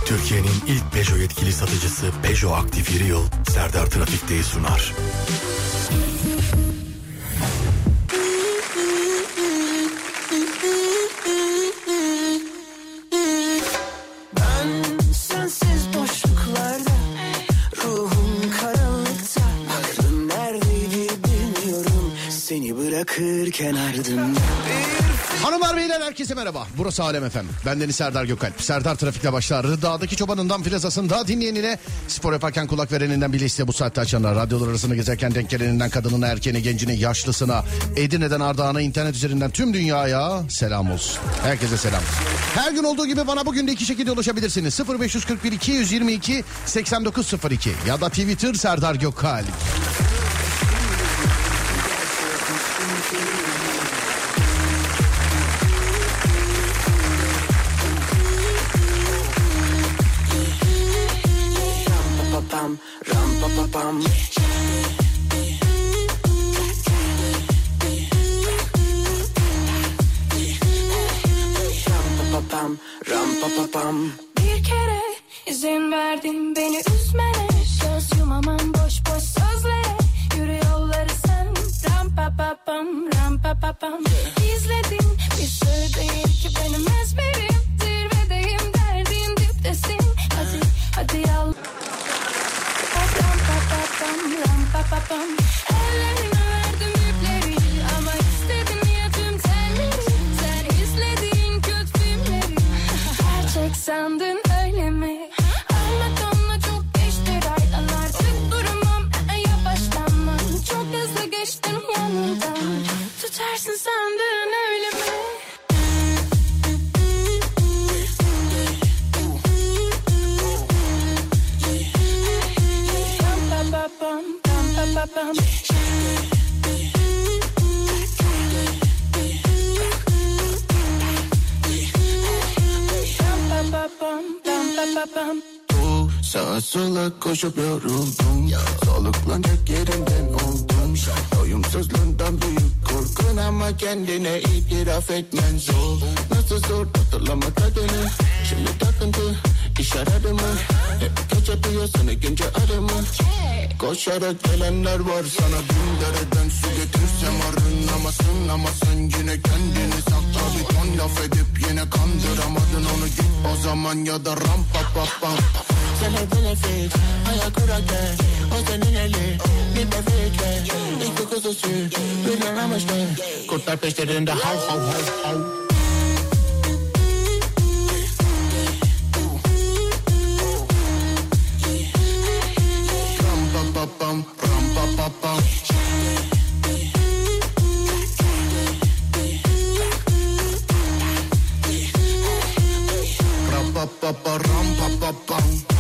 Türkiye'nin ilk Peugeot yetkili satıcısı Peugeot Aktif Yıl Serdar Trafik'teyi sunar. Ben sensiz boşluklarda, ruhum karanlıkta, aklım neredeydi bilmiyorum, seni bırakırken ardımda. Hanımlar beyler herkese merhaba. Burası Alem FM. Bendeniz Serdar Gökalp. Serdar Trafik'te başlar. Dağdaki çobanından plazasında dinleyenine, spor yaparken kulak vereninden bile iste bu saatte açanlar, radyolar arasında gezerken denk geleninden kadınına, erkeğine, gencine, yaşlısına, Edirne'den Ardahan'a, internet üzerinden tüm dünyaya selam olsun. Herkese selam. Her gün olduğu gibi bana bugün de iki şekilde ulaşabilirsiniz. 0541 222 8902 ya da Twitter Serdar Gökalp. Ram pa pa pam. Ram pa pa pam. Bir kere izin verdin beni üzmene, göz yumamam boş boş sözlere, yürü yolları sen. Ram pa pa pam, ram pa pa pam. İzledin bir sır değil ki benim ezberim, zirvedeyim derdin diptesin. Hadi hadi yal. Ram pa pa pam, ram pa pa pam. Ellerine verdim yükleri ama istedim ya tüm telleri. Sen izlediğin kötü filmleri gerçek sandın öyle mi? Anlatanla çok geçti raydan, artık durmam yavaşlanmam. Çok hızlı geçtim yanından, tutarsın sandın öyle mi? Bu sağa sola koşup yoruldum, soluklanacak yerimden oldum. Doyumsuzluğundan büyük korkun ama kendine itiraf etmen zor. Nasıl zor hatırlama tadını, şimdi takıntı iş aradı mı? Hep geç atıyorsun ikinci adımı. Koşarak gelenler var sana, bin dereden su getirsem arınamazsın. Ama sen yine kendini sakla, bir ton laf edip yine kandıramadın onu. Git o zaman ya da ram pa pa pa. Sen hep nefes ayak kurarken o senin eli bir de bekle. İlk kuzu sür bir amaçlı kurtlar peşlerinde hav hav hav hav. Pam ram pa pa pam. Ram pa pa pa ram pa pa pam.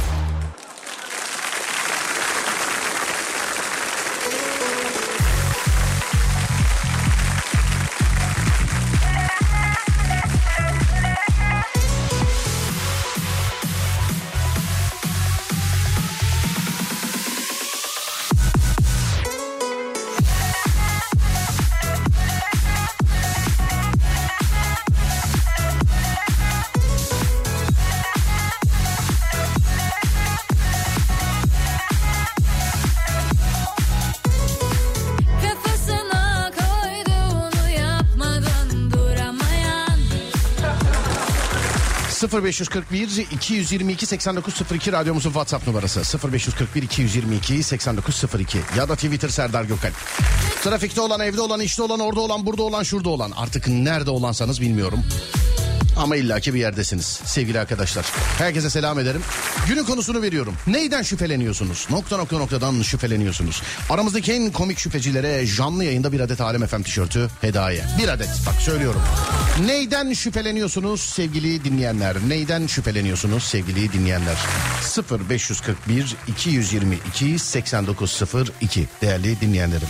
...0541 222 8902 radyomuzun WhatsApp numarası. 0541 222 8902 ya da Twitter Serdar Gökalp. Trafikte olan, evde olan, işte olan, orada olan, burada olan, şurada olan, artık nerede olansanız bilmiyorum. Ama illaki bir yerdesiniz sevgili arkadaşlar. Herkese selam ederim. Günün konusunu veriyorum. Neyden şüpheleniyorsunuz? Noktadan şüpheleniyorsunuz. Aramızdaki en komik şüphecilere canlı yayında bir adet Alem FM tişörtü hediye. Bir adet, bak söylüyorum. Neyden şüpheleniyorsunuz sevgili dinleyenler? Neyden şüpheleniyorsunuz sevgili dinleyenler? 0541 222 8902 değerli dinleyenlerim.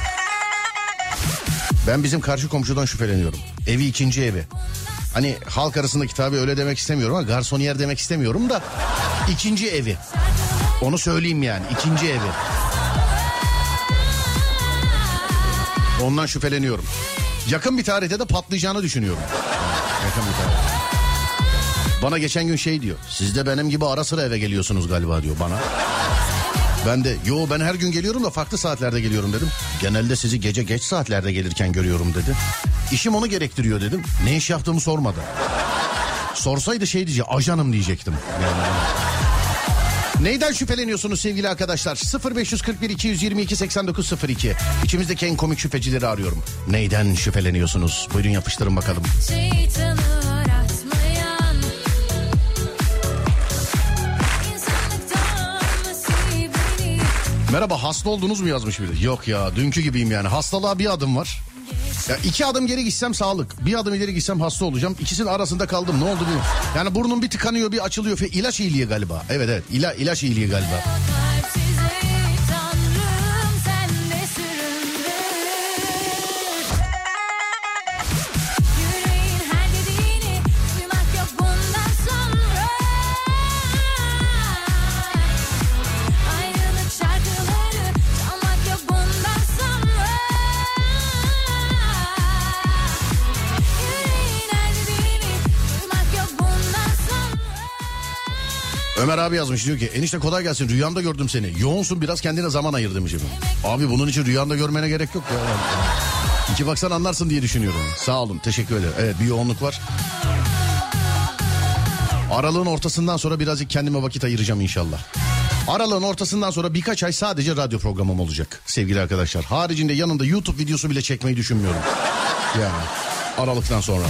Ben bizim karşı komşudan şüpheleniyorum. Evi ikinci evi. Hani halk arasındaki tabii öyle demek istemiyorum ama garsoniyer demek istemiyorum da ikinci evi. Onu söyleyeyim yani, ikinci evi. Ondan şüpheleniyorum. Yakın bir tarihte de patlayacağını düşünüyorum. Yakın bir tarih. Bana geçen gün şey diyor. Siz de benim gibi ara sıra eve geliyorsunuz galiba diyor bana. Ben de ben her gün geliyorum da farklı saatlerde geliyorum dedim. Genelde sizi gece geç saatlerde gelirken görüyorum dedi. İşim onu gerektiriyor dedim. Ne iş yaptığımı sormadı. Sorsaydı şey diyecek, ajanım diyecektim. Yani. Neyden şüpheleniyorsunuz sevgili arkadaşlar? 0541 222 8902. İçimizdeki en komik şüphecileri arıyorum. Neyden şüpheleniyorsunuz? Buyurun yapıştırın bakalım. Merhaba, hasta oldunuz mu yazmış biri. Yok ya, dünkü gibiyim yani. Hastalığa bir adım var. Ya 2 adım geri gitsem sağlık. 1 adım ileri gitsem hasta olacağım. İkisinin arasında kaldım. Ne oldu bilmiyorum. Yani burnum bir tıkanıyor, bir açılıyor. İlaç iyiliği galiba. Evet. İlaç iyiliği galiba. Ömer abi yazmış, diyor ki enişte kolay gelsin, rüyamda gördüm seni. Yoğunsun, biraz kendine zaman ayır demiş efendim. Abi bunun için rüyanda görmene gerek yok ya. İki baksan anlarsın diye düşünüyorum. Sağ olun, teşekkür ederim. Evet, bir yoğunluk var. Aralığın ortasından sonra birazcık kendime vakit ayıracağım inşallah. Aralığın ortasından sonra birkaç ay sadece radyo programım olacak sevgili arkadaşlar. Haricinde yanında YouTube videosu bile çekmeyi düşünmüyorum. Yani aralıktan sonra.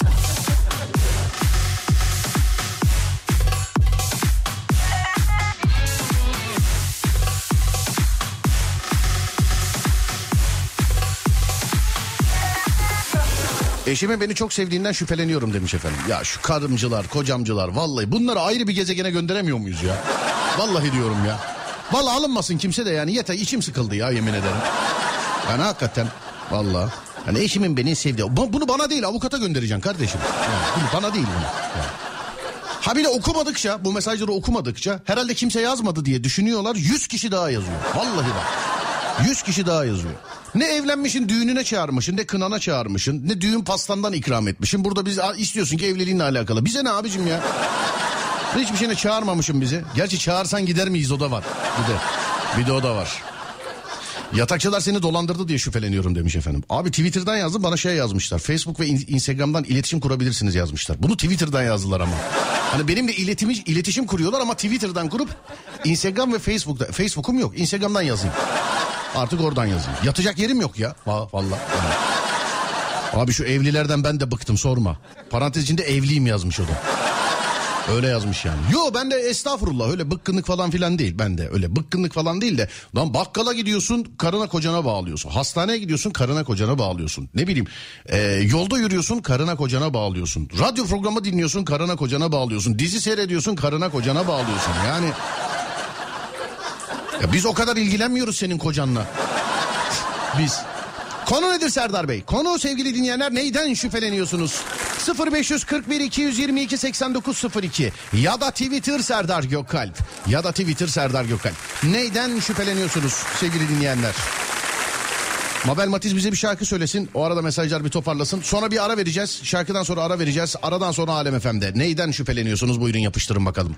Eşimin beni çok sevdiğinden şüpheleniyorum demiş efendim. Ya şu karımcılar, kocamcılar, vallahi bunları ayrı bir gezegene gönderemiyor muyuz ya? Vallahi diyorum ya. Vallahi alınmasın kimse de yani, yeter, içim sıkıldı ya, yemin ederim. Yani hakikaten vallahi. Hani eşimin beni sevdiği. Bunu bana değil, avukata göndereceksin kardeşim. Yani bunu bana değil bunu. Yani. Ha bir de okumadıkça, bu mesajları okumadıkça herhalde kimse yazmadı diye düşünüyorlar. 100 kişi daha yazıyor. Vallahi bak. 100 kişi daha yazıyor. Ne evlenmişin düğününe çağırmışın, ne kınana çağırmışın, ne düğün pastandan ikram etmişin. Burada biz istiyorsun ki evliliğinle alakalı. Bize ne abicim ya? Hiçbir şeyine çağırmamışım bizi. Gerçi çağırsan gider miyiz, o da var. Bir de o da var. Yatakçılar seni dolandırdı diye şüpheleniyorum demiş efendim. Abi Twitter'dan yazdım, bana şey yazmışlar. Facebook ve Instagram'dan iletişim kurabilirsiniz yazmışlar. Bunu Twitter'dan yazdılar ama. Hani benimle iletişim kuruyorlar ama Twitter'dan kurup Instagram ve Facebook'um yok. Instagram'dan yazayım. Artık oradan yazayım. Yatacak yerim yok ya. Vallahi. Abi şu evlilerden ben de bıktım, sorma. Parantez içinde evliyim yazmış o da. Öyle yazmış yani. Yo ben de estağfurullah, öyle bıkkınlık falan filan değil. Ben de öyle bıkkınlık falan değil de. Lan bakkala gidiyorsun, karına kocana bağlıyorsun. Hastaneye gidiyorsun, karına kocana bağlıyorsun. Ne bileyim yolda yürüyorsun, karına kocana bağlıyorsun. Radyo programı dinliyorsun, karına kocana bağlıyorsun. Dizi seyrediyorsun, karına kocana bağlıyorsun. Yani ya biz o kadar ilgilenmiyoruz senin kocanla. Biz. Konu nedir Serdar Bey? Konu sevgili dinleyenler, neyden şüpheleniyorsunuz? 0541 222 8902 ya da Twitter Serdar Gökalp. Neyden şüpheleniyorsunuz sevgili dinleyenler? Mabel Matiz bize bir şarkı söylesin. O arada mesajlar bir toparlasın. Sonra bir ara vereceğiz. Şarkıdan sonra ara vereceğiz. Aradan sonra Alem FM'de. Neyden şüpheleniyorsunuz? Buyurun yapıştırın bakalım.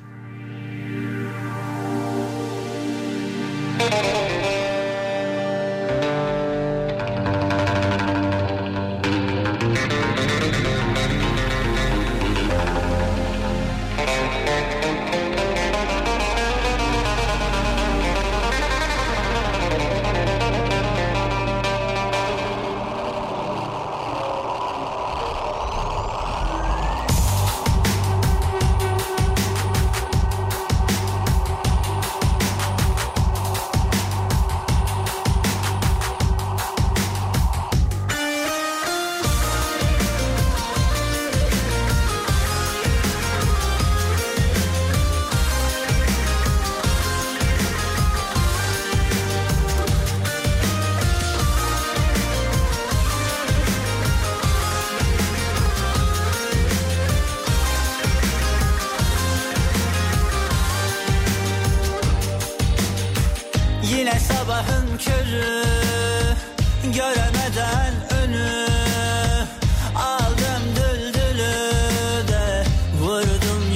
Göremeden önü aldım düldülü de vurdum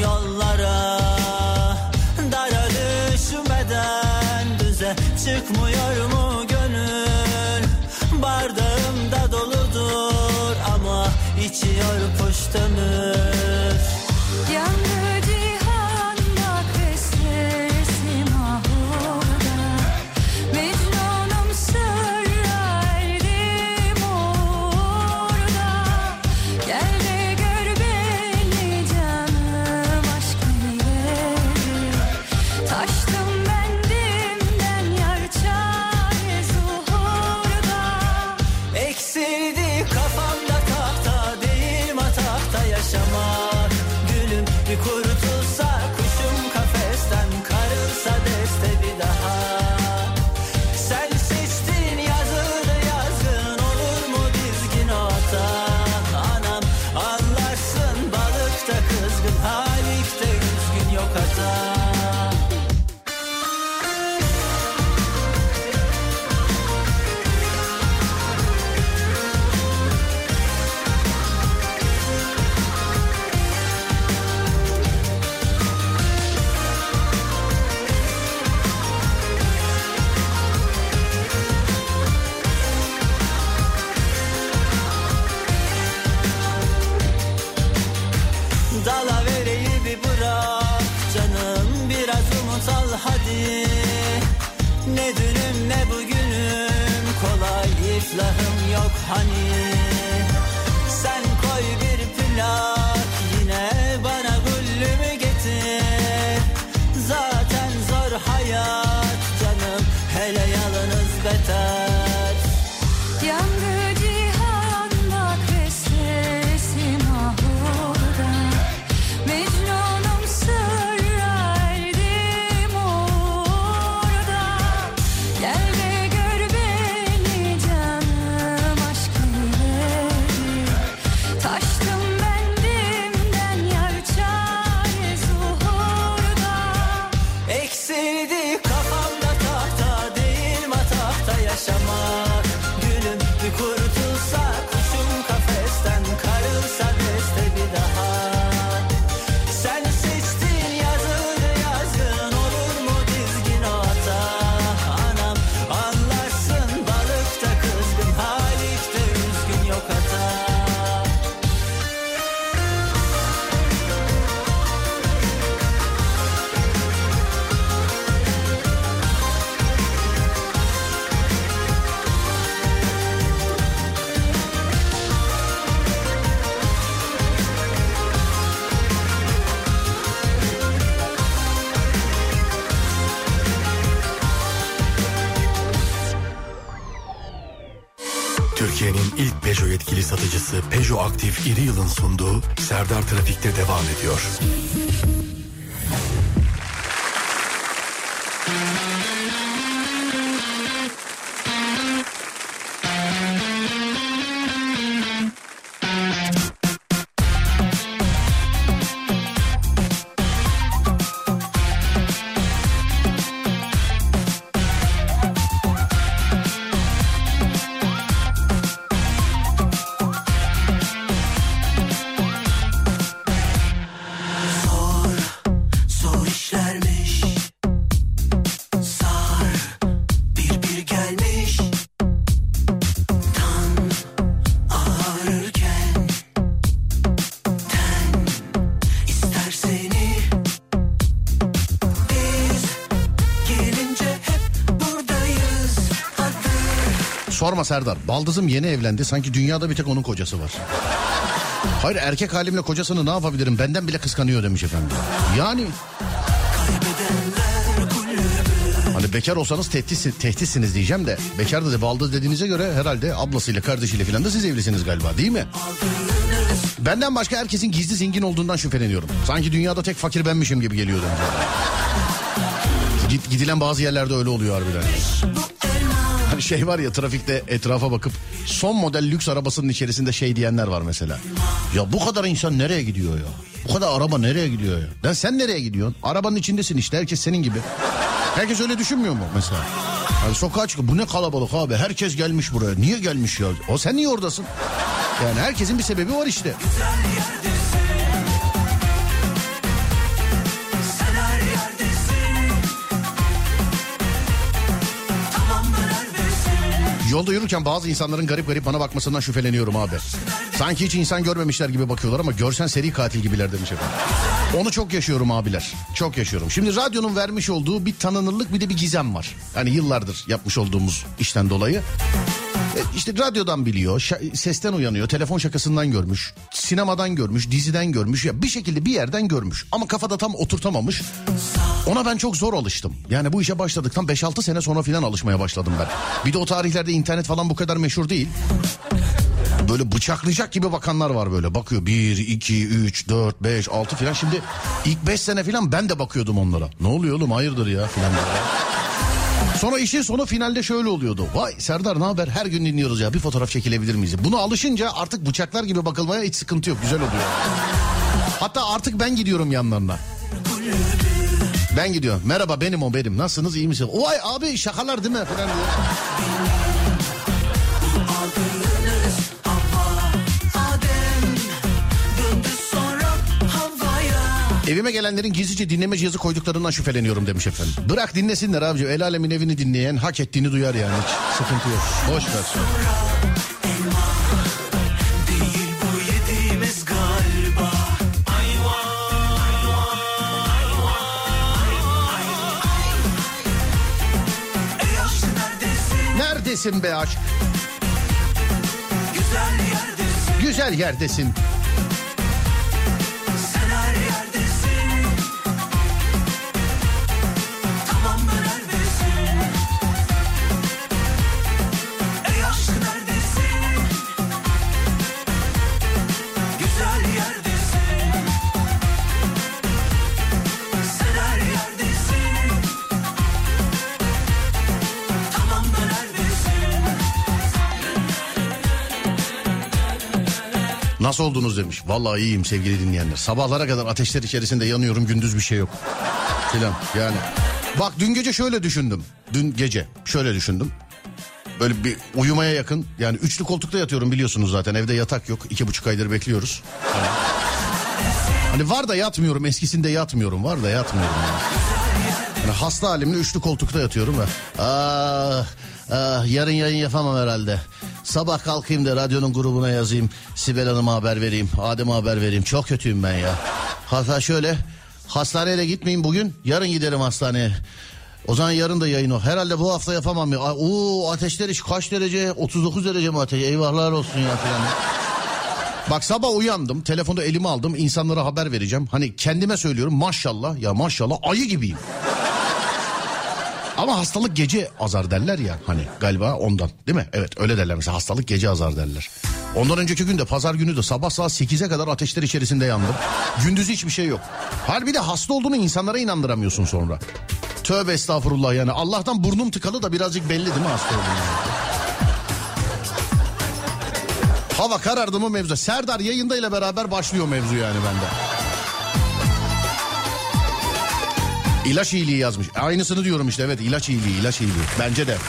hadi. Ne dünüm ne bugünüm, kolay iflahım yok hani. Sen koy bir plak, yine bana güllümü getir. Zaten zor hayat canım, hele yalnız beter. Yandı cihan bak ve sesim ahurda. Mecnunum sır erdim orada. Gel ve gör beni canım aşk ileri. Taştım bendimden yar çare zuhurda. Eksildi kafamda tahta değil matahta yaşamak. Gülüm bir kurtulsa kuşum kafesten, karılsa deste bir daha. Sen seçtin yazıldı yazgın, olur mu dizgin o hata. Anam anlarsın balıkta kızgın, halikte üzgün yok hata. Türkiye'nin ilk Peugeot yetkili satıcısı Peugeot Aktif İri Yıl'ın sunduğu Serdar Trafik'te devam ediyor. Zor işlermiş, sar bir bir gelmiş. Tan ağrırken ten ister seni. Biz gelince hep buradayız. Hadi. Sorma Serdar, baldızım yeni evlendi, sanki dünyada bir tek onun kocası var. Hayır, erkek halimle kocasını ne yapabilirim, benden bile kıskanıyor demiş efendim. Yani hani bekar olsanız tehditsiniz diyeceğim de, bekar da baldız dediğinize göre herhalde ablasıyla kardeşiyle falan da siz evlisiniz galiba, değil mi? Benden başka herkesin gizli zengin olduğundan şüpheleniyorum. Sanki dünyada tek fakir benmişim gibi geliyor demiş. Gidilen bazı yerlerde öyle oluyor harbiden. Hani şey var ya, trafikte etrafa bakıp son model lüks arabasının içerisinde şey diyenler var mesela. Ya bu kadar insan nereye gidiyor ya? Bu kadar araba nereye gidiyor ya? Lan sen nereye gidiyorsun? Arabanın içindesin işte, herkes senin gibi. Herkes öyle düşünmüyor mu mesela? Hani sokağa çıkıp bu ne kalabalık abi, herkes gelmiş buraya. Niye gelmiş ya? O sen niye oradasın? Yani herkesin bir sebebi var işte. Yolda yürürken bazı insanların garip garip bana bakmasından şüpheleniyorum abi. Sanki hiç insan görmemişler gibi bakıyorlar ama görsen seri katil gibiler demiş efendim. Onu çok yaşıyorum abiler. Çok yaşıyorum. Şimdi radyonun vermiş olduğu bir tanınırlık, bir de bir gizem var. Hani yıllardır yapmış olduğumuz işten dolayı. İşte radyodan biliyor, sesten uyanıyor, telefon şakasından görmüş, sinemadan görmüş, diziden görmüş, ya bir şekilde bir yerden görmüş ama kafada tam oturtamamış. Ona ben çok zor alıştım. Yani bu işe başladıktan 5-6 sene sonra filan alışmaya başladım ben. Bir de o tarihlerde internet falan bu kadar meşhur değil. Böyle bıçaklayacak gibi bakanlar var böyle. Bakıyor 1, 2, 3, 4, 5, 6 filan. Şimdi ilk 5 sene filan ben de bakıyordum onlara. Ne oluyor oğlum, hayırdır ya filan. Sonra işin sonu finalde şöyle oluyordu. Vay Serdar ne haber, her gün dinliyoruz ya, bir fotoğraf çekilebilir miyiz? Buna alışınca artık bıçaklar gibi bakılmaya hiç sıkıntı yok, güzel oluyor. Hatta artık ben gidiyorum yanlarına. Ben gidiyorum. Merhaba benim o benim. Nasılsınız, iyi misiniz? Vay abi şakalar değil mi falan diyor. Evime gelenlerin gizlice dinleme cihazı koyduklarından şüpheleniyorum demiş efendim. Bırak dinlesinler abicim. El alemin evini dinleyen hak ettiğini duyar yani. Hiç sıkıntı yok. Boş ver. Neredesin be aşk? Güzel yerdesin. Güzel yerdesin. Sen her yerdesin. Tamam mı neredesin? Ey aşk neredesin? Güzel yerdesin. Sen her yerdesin. Tamam mı neredesin? Nasıl oldunuz demiş. Vallahi iyiyim sevgili dinleyenler. Sabahlara kadar ateşler içerisinde yanıyorum, gündüz bir şey yok. Filan yani. Bak dün gece şöyle düşündüm. Böyle bir uyumaya yakın, yani üçlü koltukta yatıyorum biliyorsunuz zaten, evde yatak yok. 2,5 aydır bekliyoruz. Hani var da yatmıyorum, eskisinde yatmıyorum, var da yatmıyorum. Yani hasta halimle üçlü koltukta yatıyorum ve yarın yayın yapamam herhalde. Sabah kalkayım da radyonun grubuna yazayım. Sibel Hanım'a haber vereyim. Adem'e haber vereyim. Çok kötüyüm ben ya. Hatta şöyle, hastaneye de gitmeyeyim bugün. Yarın giderim hastaneye. O zaman yarın da yayın o. Herhalde bu hafta yapamam ya. Ateşler kaç derece? 39 derece mi ateş? Eyvahlar olsun ya falan. Bak sabah uyandım. Telefonu elime aldım. İnsanlara haber vereceğim. Hani kendime söylüyorum, maşallah ya maşallah ayı gibiyim. Ama hastalık gece azar derler ya, hani galiba ondan değil mi? Evet öyle derler mesela, hastalık gece azar derler. Ondan önceki gün de pazar günü de sabah saat 8'e kadar ateşler içerisinde yandım. Gündüz hiçbir şey yok. Harbi de hasta olduğunu insanlara inandıramıyorsun sonra. Tövbe estağfurullah yani. Allah'tan burnum tıkalı da birazcık belli değil mi hasta olduğunu? Hava karardı mı mevzu. Serdar yayında ile beraber başlıyor mevzu yani bende. İlaç iyiliği yazmış. Aynısını diyorum işte, evet, ilaç iyiliği. Bence de.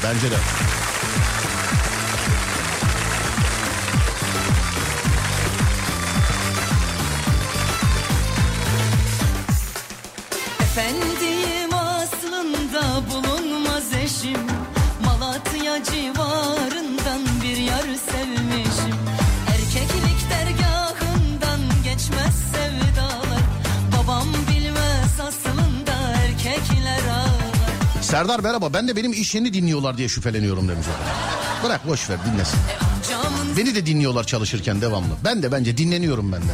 Efendiyim aslında bulunmaz eşim. Malatya civarından bir yar sevmişim. Erkeklik dergahından geçmez sevdalar. Babam bilmez aslında erkekler ağlar. Serdar merhaba, ben de benim iş yerini dinliyorlar diye şüpheleniyorum demiş. Bırak boş ver, dinlesin. Beni de dinliyorlar çalışırken devamlı. Ben de bence dinleniyorum ben de.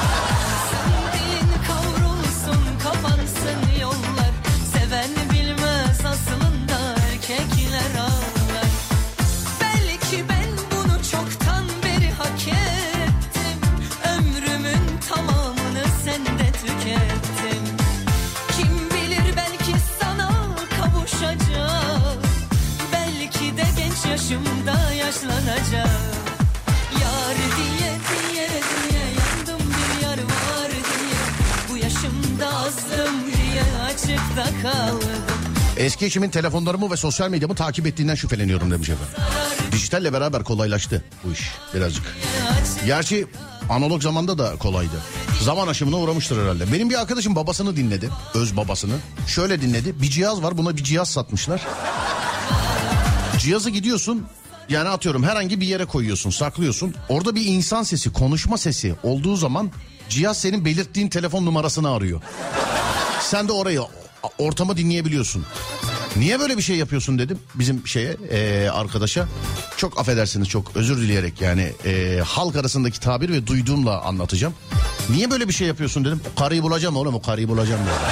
Kavrulsun kapansın yollar. Seven bilmez aslında erkekler ağlar. Belki ben bunu çoktan beri hak ettim. Ömrümün tamamını sende tükettim. Kim bilir belki sana kavuşacağım. Belki de genç yaşımda yaşlanacağım. Yar diye yandım, bir yar var diye. Bu yaşımda azdım diye açıkta kaldım. Eski eşimin telefonlarımı ve sosyal medyamı takip ettiğinden şüpheleniyorum demiş efendim. Dijitalle beraber kolaylaştı bu iş birazcık. Gerçi analog zamanda da kolaydı. Zaman aşımına uğramıştır herhalde. Benim bir arkadaşım babasını dinledi. Öz babasını. Şöyle dinledi. Bir cihaz var, buna bir cihaz satmışlar. Cihazı gidiyorsun, yani atıyorum herhangi bir yere koyuyorsun, saklıyorsun. Orada bir insan sesi, konuşma sesi olduğu zaman cihaz senin belirttiğin telefon numarasını arıyor. Sen de orayı, ortamı dinleyebiliyorsun. Niye böyle bir şey yapıyorsun dedim bizim arkadaşa. Çok affedersiniz, çok özür dileyerek yani halk arasındaki tabir ve duyduğumla anlatacağım. Niye böyle bir şey yapıyorsun dedim. O karıyı bulacağım oğlum, o karıyı bulacağım dedi.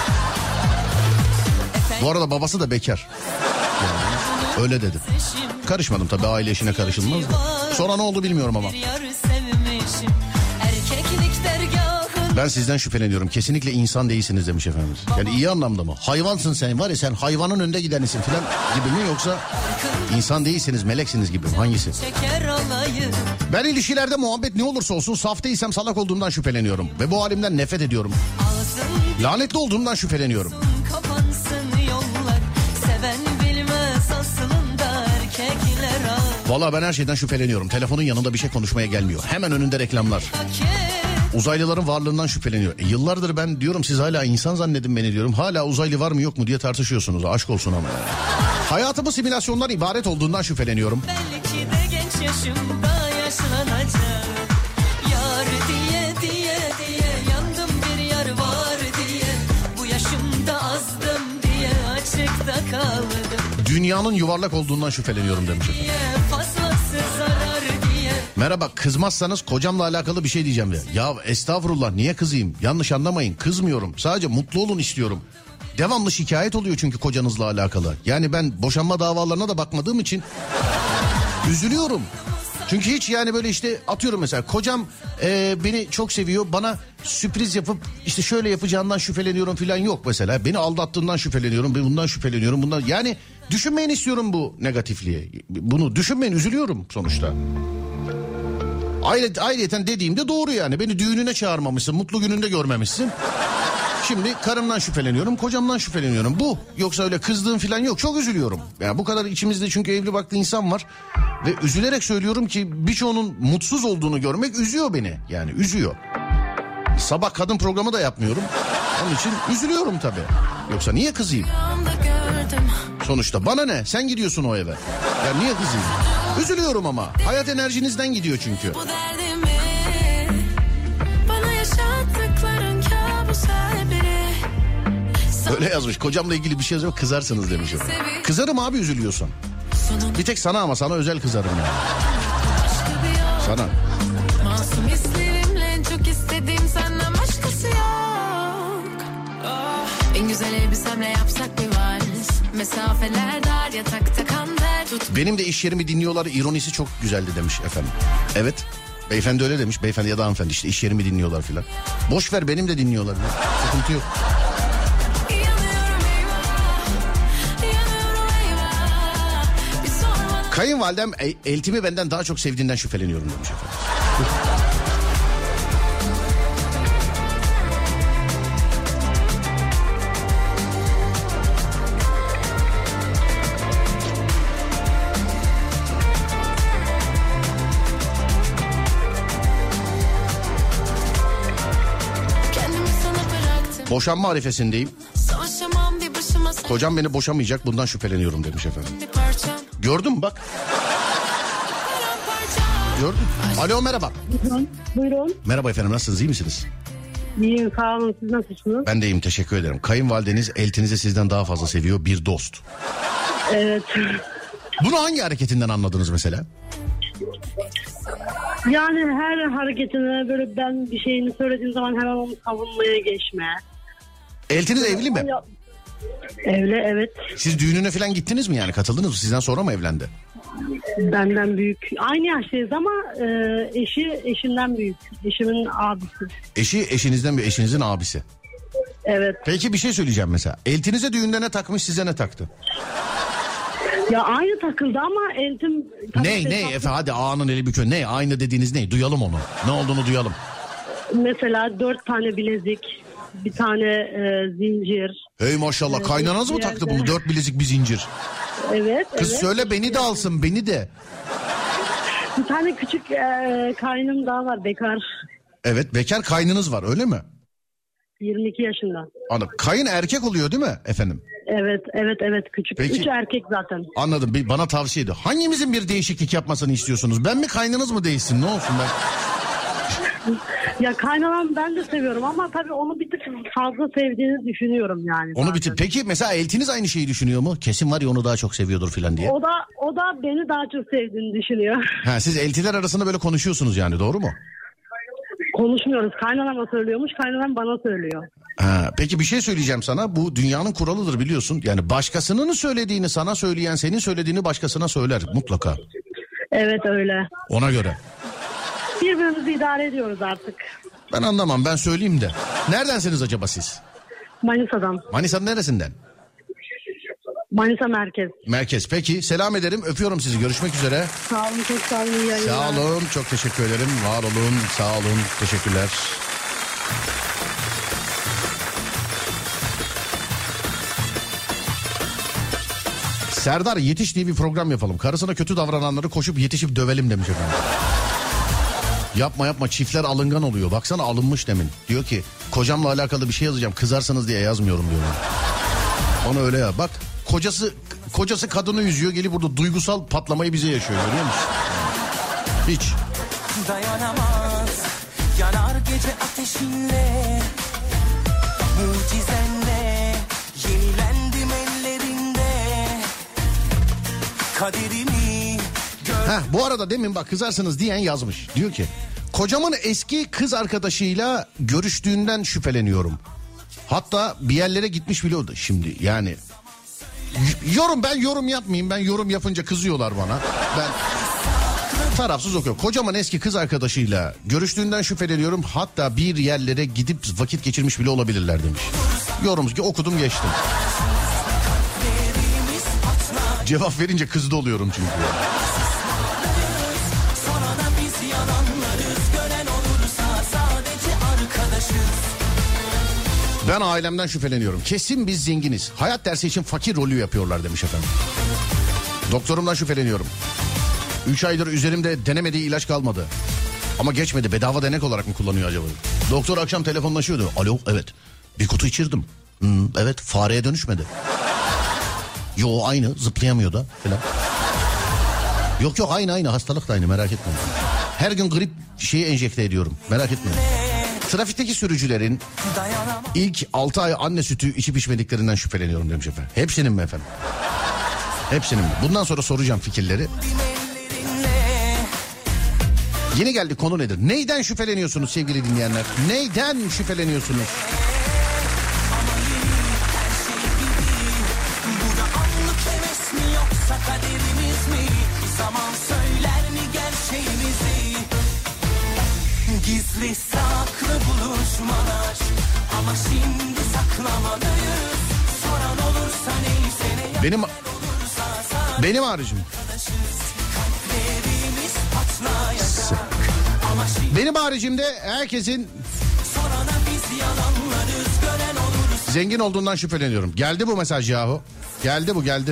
Bu arada babası da bekar. Yani öyle dedi. Karışmadım tabii, aile işine karışılmaz da. Sonra ne oldu bilmiyorum ama. Ben sizden şüpheleniyorum. Kesinlikle insan değilsiniz demiş efendim. Yani iyi anlamda mı? Hayvansın sen, var ya sen hayvanın önde gidenisin falan gibi mi, yoksa insan değilsiniz, meleksiniz gibi mi? Hangisi? Ben ilişkilerde muhabbet ne olursa olsun saf değilsem salak olduğumdan şüpheleniyorum. Ve bu halimden nefret ediyorum. Lanetli olduğumdan şüpheleniyorum. Vallahi ben her şeyden şüpheleniyorum. Telefonun yanında bir şey konuşmaya gelmiyor. Hemen önünde reklamlar. Uzaylıların varlığından şüpheleniyor. Yıllardır ben diyorum siz hala insan zannedin beni diyorum. Hala uzaylı var mı yok mu diye tartışıyorsunuz. Aşk olsun ama. Hayatımı simülasyondan ibaret olduğundan şüpheleniyorum. Belki de genç yaşımda yaşlanacağım. Yar diye yandım, bir yar var diye. Bu yaşımda azdım diye açıkta kaldım. Dünyanın yuvarlak olduğundan şüpheleniyorum demiş. Merhaba, kızmazsanız kocamla alakalı bir şey diyeceğim diye. Ya estağfurullah, niye kızayım? Yanlış anlamayın, kızmıyorum. Sadece mutlu olun istiyorum. Devamlı şikayet oluyor çünkü kocanızla alakalı. Yani ben boşanma davalarına da bakmadığım için üzülüyorum. Çünkü hiç yani böyle işte atıyorum mesela kocam beni çok seviyor, bana sürpriz yapıp işte şöyle yapacağından şüpheleniyorum falan yok mesela. Beni aldattığından şüpheleniyorum, bundan şüpheleniyorum, bundan yani düşünmeyin istiyorum bu negatifliği. Bunu düşünmeyin, üzülüyorum sonuçta. Ayrıyeten dediğimde doğru yani, beni düğününe çağırmamışsın, mutlu gününde görmemişsin. Şimdi karımdan şüpheleniyorum, kocamdan şüpheleniyorum. Bu. Yoksa öyle kızdığım falan yok. Çok üzülüyorum. Yani bu kadar içimizde çünkü evli barklı insan var. Ve üzülerek söylüyorum ki birçoğunun mutsuz olduğunu görmek üzüyor beni. Yani üzüyor. Sabah kadın programı da yapmıyorum. Onun için üzülüyorum tabii. Yoksa niye kızayım? Sonuçta bana ne? Sen gidiyorsun o eve. Ya niye kızayım? Üzülüyorum ama. Hayat enerjinizden gidiyor çünkü. Öyle yazmış. Kocamla ilgili bir şey yazıyor, kızarsınız demiş. Kızarım abi üzülüyorsan. Bir tek sana, ama sana özel kızarım yani. Sana. Masum hislerimle çok istediğim senden başkası yok. En güzel elbisemle yapsak bir vals. Mesafeler dar, yatakta kan der. Benim de iş yerimi dinliyorlar, ironisi çok güzeldi demiş efendim. Evet. Beyefendi öyle demiş. Beyefendi ya da hanımefendi işte iş yerimi dinliyorlar filan. Boş ver, benim de dinliyorlar. Sıkıntı yok. Kayınvalidem eltimi benden daha çok sevdiğinden şüpheleniyorum demiş efendim. Boşanma arifesindeyim. Kocam beni boşamayacak, bundan şüpheleniyorum demiş efendim. Gördün mü bak. Gördün. Alo, merhaba. Buyurun. Merhaba efendim, nasılsınız, iyi misiniz? İyiyim, sağ olun, siz nasılsınız? Ben de iyiyim, teşekkür ederim. Kayınvalideniz eltinizi sizden daha fazla seviyor, bir dost. Evet. Bunu hangi hareketinden anladınız mesela? Yani her hareketine böyle ben bir şeyini söylediğim zaman hemen onu savunmaya geçme. Eltiniz evli mi? Evli, evet. Siz düğününe falan gittiniz mi yani, katıldınız mı? Sizden sonra mı evlendi? Benden büyük. Aynı yaştayız ama eşi eşinden büyük. Eşimin abisi. Eşi eşinizden bir, eşinizin abisi. Evet. Peki bir şey söyleyeceğim mesela. Eltinize düğünde ne takmış, size ne taktı? Ya aynı takıldı ama eltim... Ne Efe, hadi ağanın eli büküyor. Ne aynı dediğiniz ne? Duyalım onu. Ne olduğunu duyalım. Mesela 4 tane bilezik, bir tane zincir. Hey maşallah, kaynanaz mı taktı bunu? 4 bilezik, bir zincir. Evet. Kız evet. söyle, beni de alsın, beni de. Bir tane küçük kaynım daha var, bekar. Evet, bekar kaynınız var öyle mi? 22 yaşında. Anladım. Kayın erkek oluyor değil mi efendim? Evet küçük. Peki. 3 erkek zaten. Anladım, bana tavsiye edin. Hangimizin bir değişiklik yapmasını istiyorsunuz? Ben mi, kaynınız mı değişsin, ne olsun ben? Ya kaynanam ben de seviyorum ama tabii onu bir tık fazla sevdiğini düşünüyorum yani. Onu bitir. Peki mesela eltiniz aynı şeyi düşünüyor mu? Kesin var ya, onu daha çok seviyordur filan diye. O da beni daha çok sevdiğini düşünüyor. Ha, siz eltiler arasında böyle konuşuyorsunuz yani, doğru mu? Konuşmuyoruz. Kaynanama söylüyormuş, kaynanam bana söylüyor. Ha, peki bir şey söyleyeceğim sana. Bu dünyanın kuralıdır biliyorsun. Yani başkasının söylediğini sana söyleyen, senin söylediğini başkasına söyler mutlaka. Evet öyle. Ona göre. Birbirimizi idare ediyoruz artık. Ben anlamam, ben söyleyeyim de. Neredensiniz acaba siz? Manisa'dan. Manisa'nın neresinden? Manisa merkez. Merkez. Peki, selam ederim, öpüyorum sizi, görüşmek üzere. Sağ olun, çok sağ olun. İyi yayınlar. Sağ olun, çok teşekkür ederim. Var olun, sağ olun, teşekkürler. Serdar, yetiş diye bir program yapalım. Karısına kötü davrananları koşup yetişip dövelim demiş efendim. Yapma, çiftler alıngan oluyor. Baksana, alınmış demin. Diyor ki kocamla alakalı bir şey yazacağım, kızarsınız diye yazmıyorum diyor. Ona öyle ya. Bak, kocası kadını üzüyor, gelip burada duygusal patlamayı bize yaşıyor, görüyor musun? Hiç. Dayanamaz, yanar gece ateşinle, mucizenle, yenilendim ellerinde. kaderimi Bu arada demin bak kızarsınız diyen yazmış. Diyor ki kocamın eski kız arkadaşıyla görüştüğünden şüpheleniyorum. Hatta bir yerlere gitmiş bile oldu. Şimdi yani ben yorum yapmayayım. Ben yorum yapınca kızıyorlar bana. Ben tarafsız okuyorum. Kocamın eski kız arkadaşıyla görüştüğünden şüpheleniyorum. Hatta bir yerlere gidip vakit geçirmiş bile olabilirler demiş. Yorum ki okudum geçtim. Cevap verince kızdı oluyorum çünkü. Ben ailemden şüpheleniyorum. Kesin biz zenginiz. Hayat dersi için fakir rolü yapıyorlar demiş efendim. Doktorumdan şüpheleniyorum. 3 aydır üzerimde denemediği ilaç kalmadı. Ama geçmedi. Bedava denek olarak mı kullanıyor acaba? Doktor akşam telefonlaşıyordu. Alo, evet. Bir kutu içirdim. Evet, fareye dönüşmedi. Yo, aynı, zıplayamıyor da falan. Yok aynı hastalık da aynı, merak etme. Her gün grip şeyi enjekte ediyorum, merak etme. Trafikteki sürücülerin ilk 6 ay anne sütü içip içmediklerinden şüpheleniyorum demiş efendim. Hepsinin mi efendim? Hepsinin mi? Bundan sonra soracağım fikirleri. Yeni geldi, konu nedir? Neyden şüpheleniyorsunuz sevgili dinleyenler? Neyden şüpheleniyorsunuz? Gizli saklı buluşmalar ama şimdi saklamalıyız. Soran olursa neyse ne benim haricim. Benim haricimde herkesin zengin olduğundan şüpheleniyorum. Geldi bu mesaj yahu. Geldi.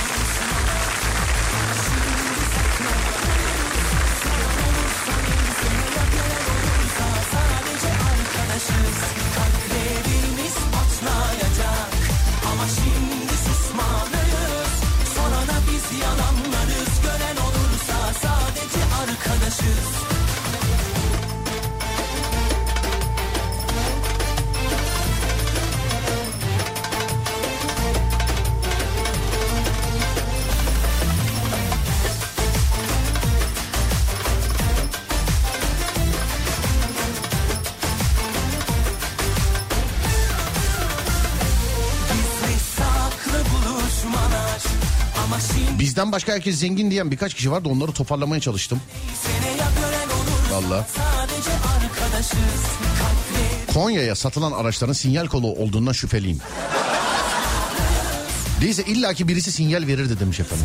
Bizden başka herkes zengin diyen birkaç kişi vardı, onları toparlamaya çalıştım. Vallahi. Konya'ya satılan araçların sinyal kolu olduğundan şüpheliyim. Değilse illaki birisi sinyal verirdi demiş efendim.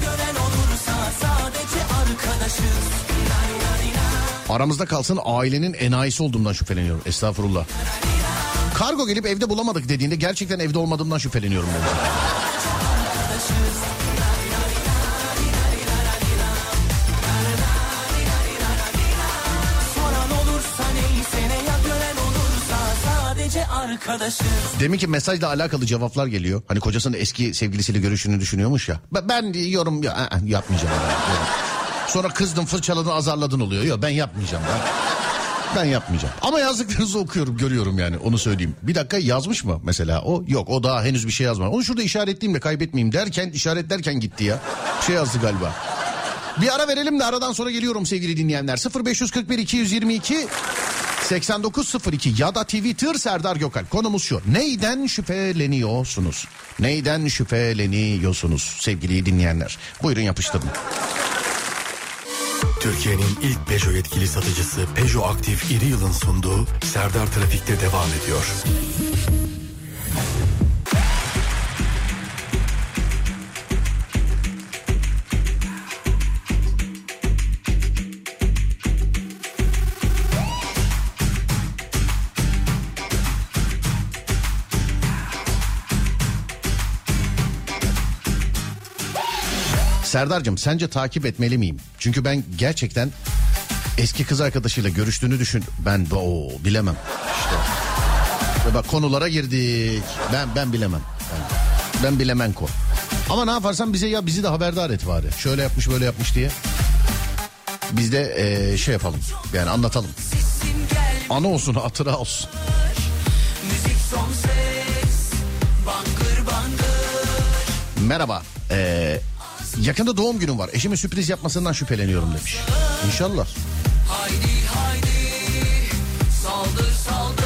Aramızda kalsın, ailenin enayisi olduğumdan şüpheleniyorum. Estağfurullah. Kargo gelip evde bulamadık dediğinde gerçekten evde olmadığımdan şüpheleniyorum demiş. Demin ki mesajla alakalı cevaplar geliyor. Hani kocasının eski sevgilisiyle görüştüğünü düşünüyormuş ya. Ben yorum yapmayacağım. Sonra kızdın, fırçaladın, azarladın oluyor. Yok, ben yapmayacağım. Ben yapmayacağım. Ama yazdıklarınızı okuyorum, görüyorum yani, onu söyleyeyim. Bir dakika, yazmış mı mesela o? Yok, o daha henüz bir şey yazmadı. Onu şurada işaretleyeyim de kaybetmeyeyim derken, işaretlerken gitti ya. Bir şey yazdı galiba. Bir ara verelim de aradan sonra geliyorum sevgili dinleyenler. 0541 222 8902 ya da Twitter Serdar Gökalp. Konumuz şu: neyden şüpheleniyorsunuz? Neyden şüpheleniyorsunuz sevgili dinleyenler? Buyurun, yapıştırın. Türkiye'nin ilk Peugeot yetkili satıcısı Peugeot Aktif İri Yıl'ın sunduğu Serdar Trafik'te devam ediyor. Serdar'cığım, sence takip etmeli miyim? Çünkü ben gerçekten eski kız arkadaşıyla görüştüğünü düşün. Ben bilemem. İşte. Ve bak, konulara girdik. Ben bilemem. Ben bilemem ko. Ama ne yaparsan bizi de haberdar et bari. Şöyle yapmış, böyle yapmış diye. Biz de şey yapalım. Yani anlatalım. Anı olsun, hatıra olsun. Merhaba. Yakında doğum günüm var. Eşimin sürpriz yapmasından şüpheleniyorum demiş. İnşallah. Haydi haydi saldır saldır.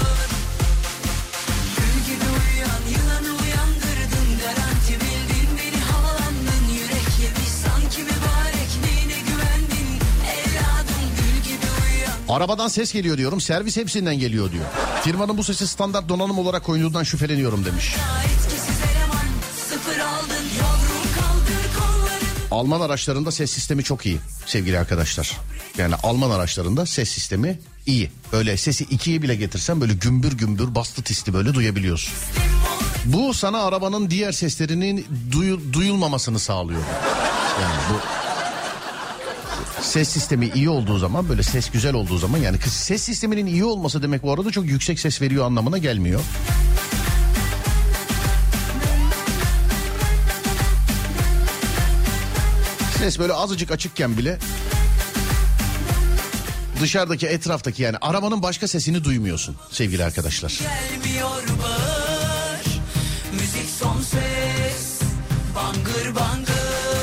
Gül gibi uyuyan yılanı uyandırdın. Garanti bildin beni havalandın. Yürek yemiş sanki mübarek neyine güvendin. Evladım gül gibi uyuyan. Arabadan ses geliyor diyorum. Servis hepsinden geliyor diyor. Firmanın bu sesi standart donanım olarak koyduğundan şüpheleniyorum demiş. Etkisiz eleman sıfır aldın. Yavrum kaldır kollarını. Alman araçlarında ses sistemi çok iyi sevgili arkadaşlar. Yani Alman araçlarında ses sistemi iyi. Böyle sesi 2'ye bile getirsen böyle gümbür gümbür bastı tisti böyle duyabiliyorsun. Bu sana arabanın diğer seslerinin duyulmamasını sağlıyor. Yani bu ses sistemi iyi olduğu zaman, böyle ses güzel olduğu zaman, yani ses sisteminin iyi olması demek bu arada çok yüksek ses veriyor anlamına gelmiyor. Ses böyle azıcık açıkken bile dışarıdaki, etraftaki, yani arabanın başka sesini duymuyorsun sevgili arkadaşlar. Gelmiyor bağır. Müzik son ses. Bangır bangır.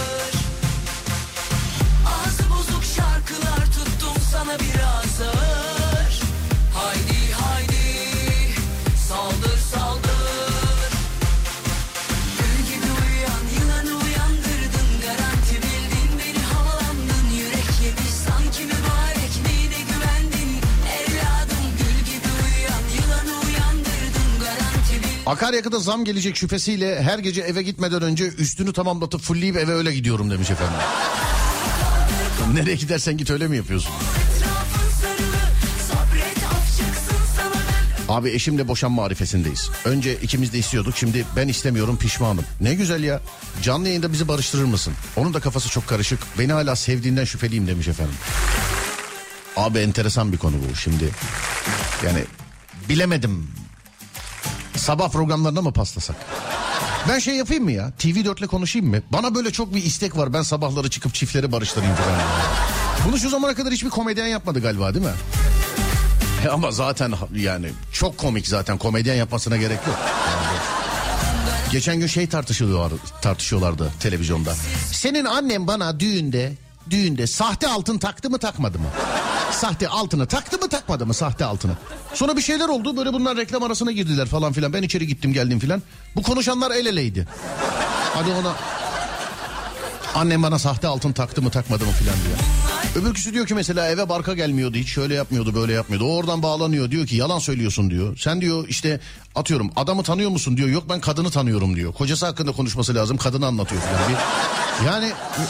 Ağzı bozuk şarkılar tuttum sana biraz ağır. Haydi haydi saldır saldır. Gül gibi uyuyan yılanı uyandırdın. Garanti bildin beni havalandın. Yürek yemiş sanki mübarek neyine güvendin. Evladım gül gibi uyuyan yılanı uyandırdın. Garanti bildin. Akaryakıta zam gelecek şüphesiyle her gece eve gitmeden önce üstünü tamamlatıp fullleyip eve öyle gidiyorum demiş efendim. Nereye gidersen git öyle mi yapıyorsun? Etrafın sarılı sabret afacaksın sana ben. Abi eşimle boşanma arifesindeyiz. Önce ikimiz de istiyorduk, şimdi ben istemiyorum, pişmanım. Ne güzel ya. Canlı yayında bizi barıştırır mısın? Onun da kafası çok karışık. Beni hala sevdiğinden şüpheliyim demiş efendim. Abi enteresan bir konu bu şimdi. Yani bilemedim. Sabah programlarına mı paslasak? Ben şey yapayım mı ya? TV4'le konuşayım mı? Bana böyle çok bir istek var. Ben sabahları çıkıp çiftleri barıştırayım falan. Bunu şu zamana kadar hiçbir komedyen yapmadı galiba, değil mi? Ama zaten yani çok komik zaten. Komedyen yapmasına gerek yok. Yani geçen gün şey tartışıyorlardı televizyonda. Senin annen bana düğünde sahte altın taktı mı takmadı mı? Sahte altını taktı mı takmadı mı sahte altını? Sonra bir şeyler oldu, böyle bunlar reklam arasına girdiler falan filan. Ben içeri gittim geldim filan. Bu konuşanlar el eleydi. Hadi ona annem bana sahte altın taktı mı takmadı mı filan diyor. Öbürküsü diyor ki mesela eve barka gelmiyordu hiç, şöyle yapmıyordu böyle yapmıyordu. O oradan bağlanıyor, diyor ki yalan söylüyorsun diyor. Sen diyor işte atıyorum adamı tanıyor musun diyor. Yok ben kadını tanıyorum diyor. Kocası hakkında konuşması lazım, kadını anlatıyor filan. Yani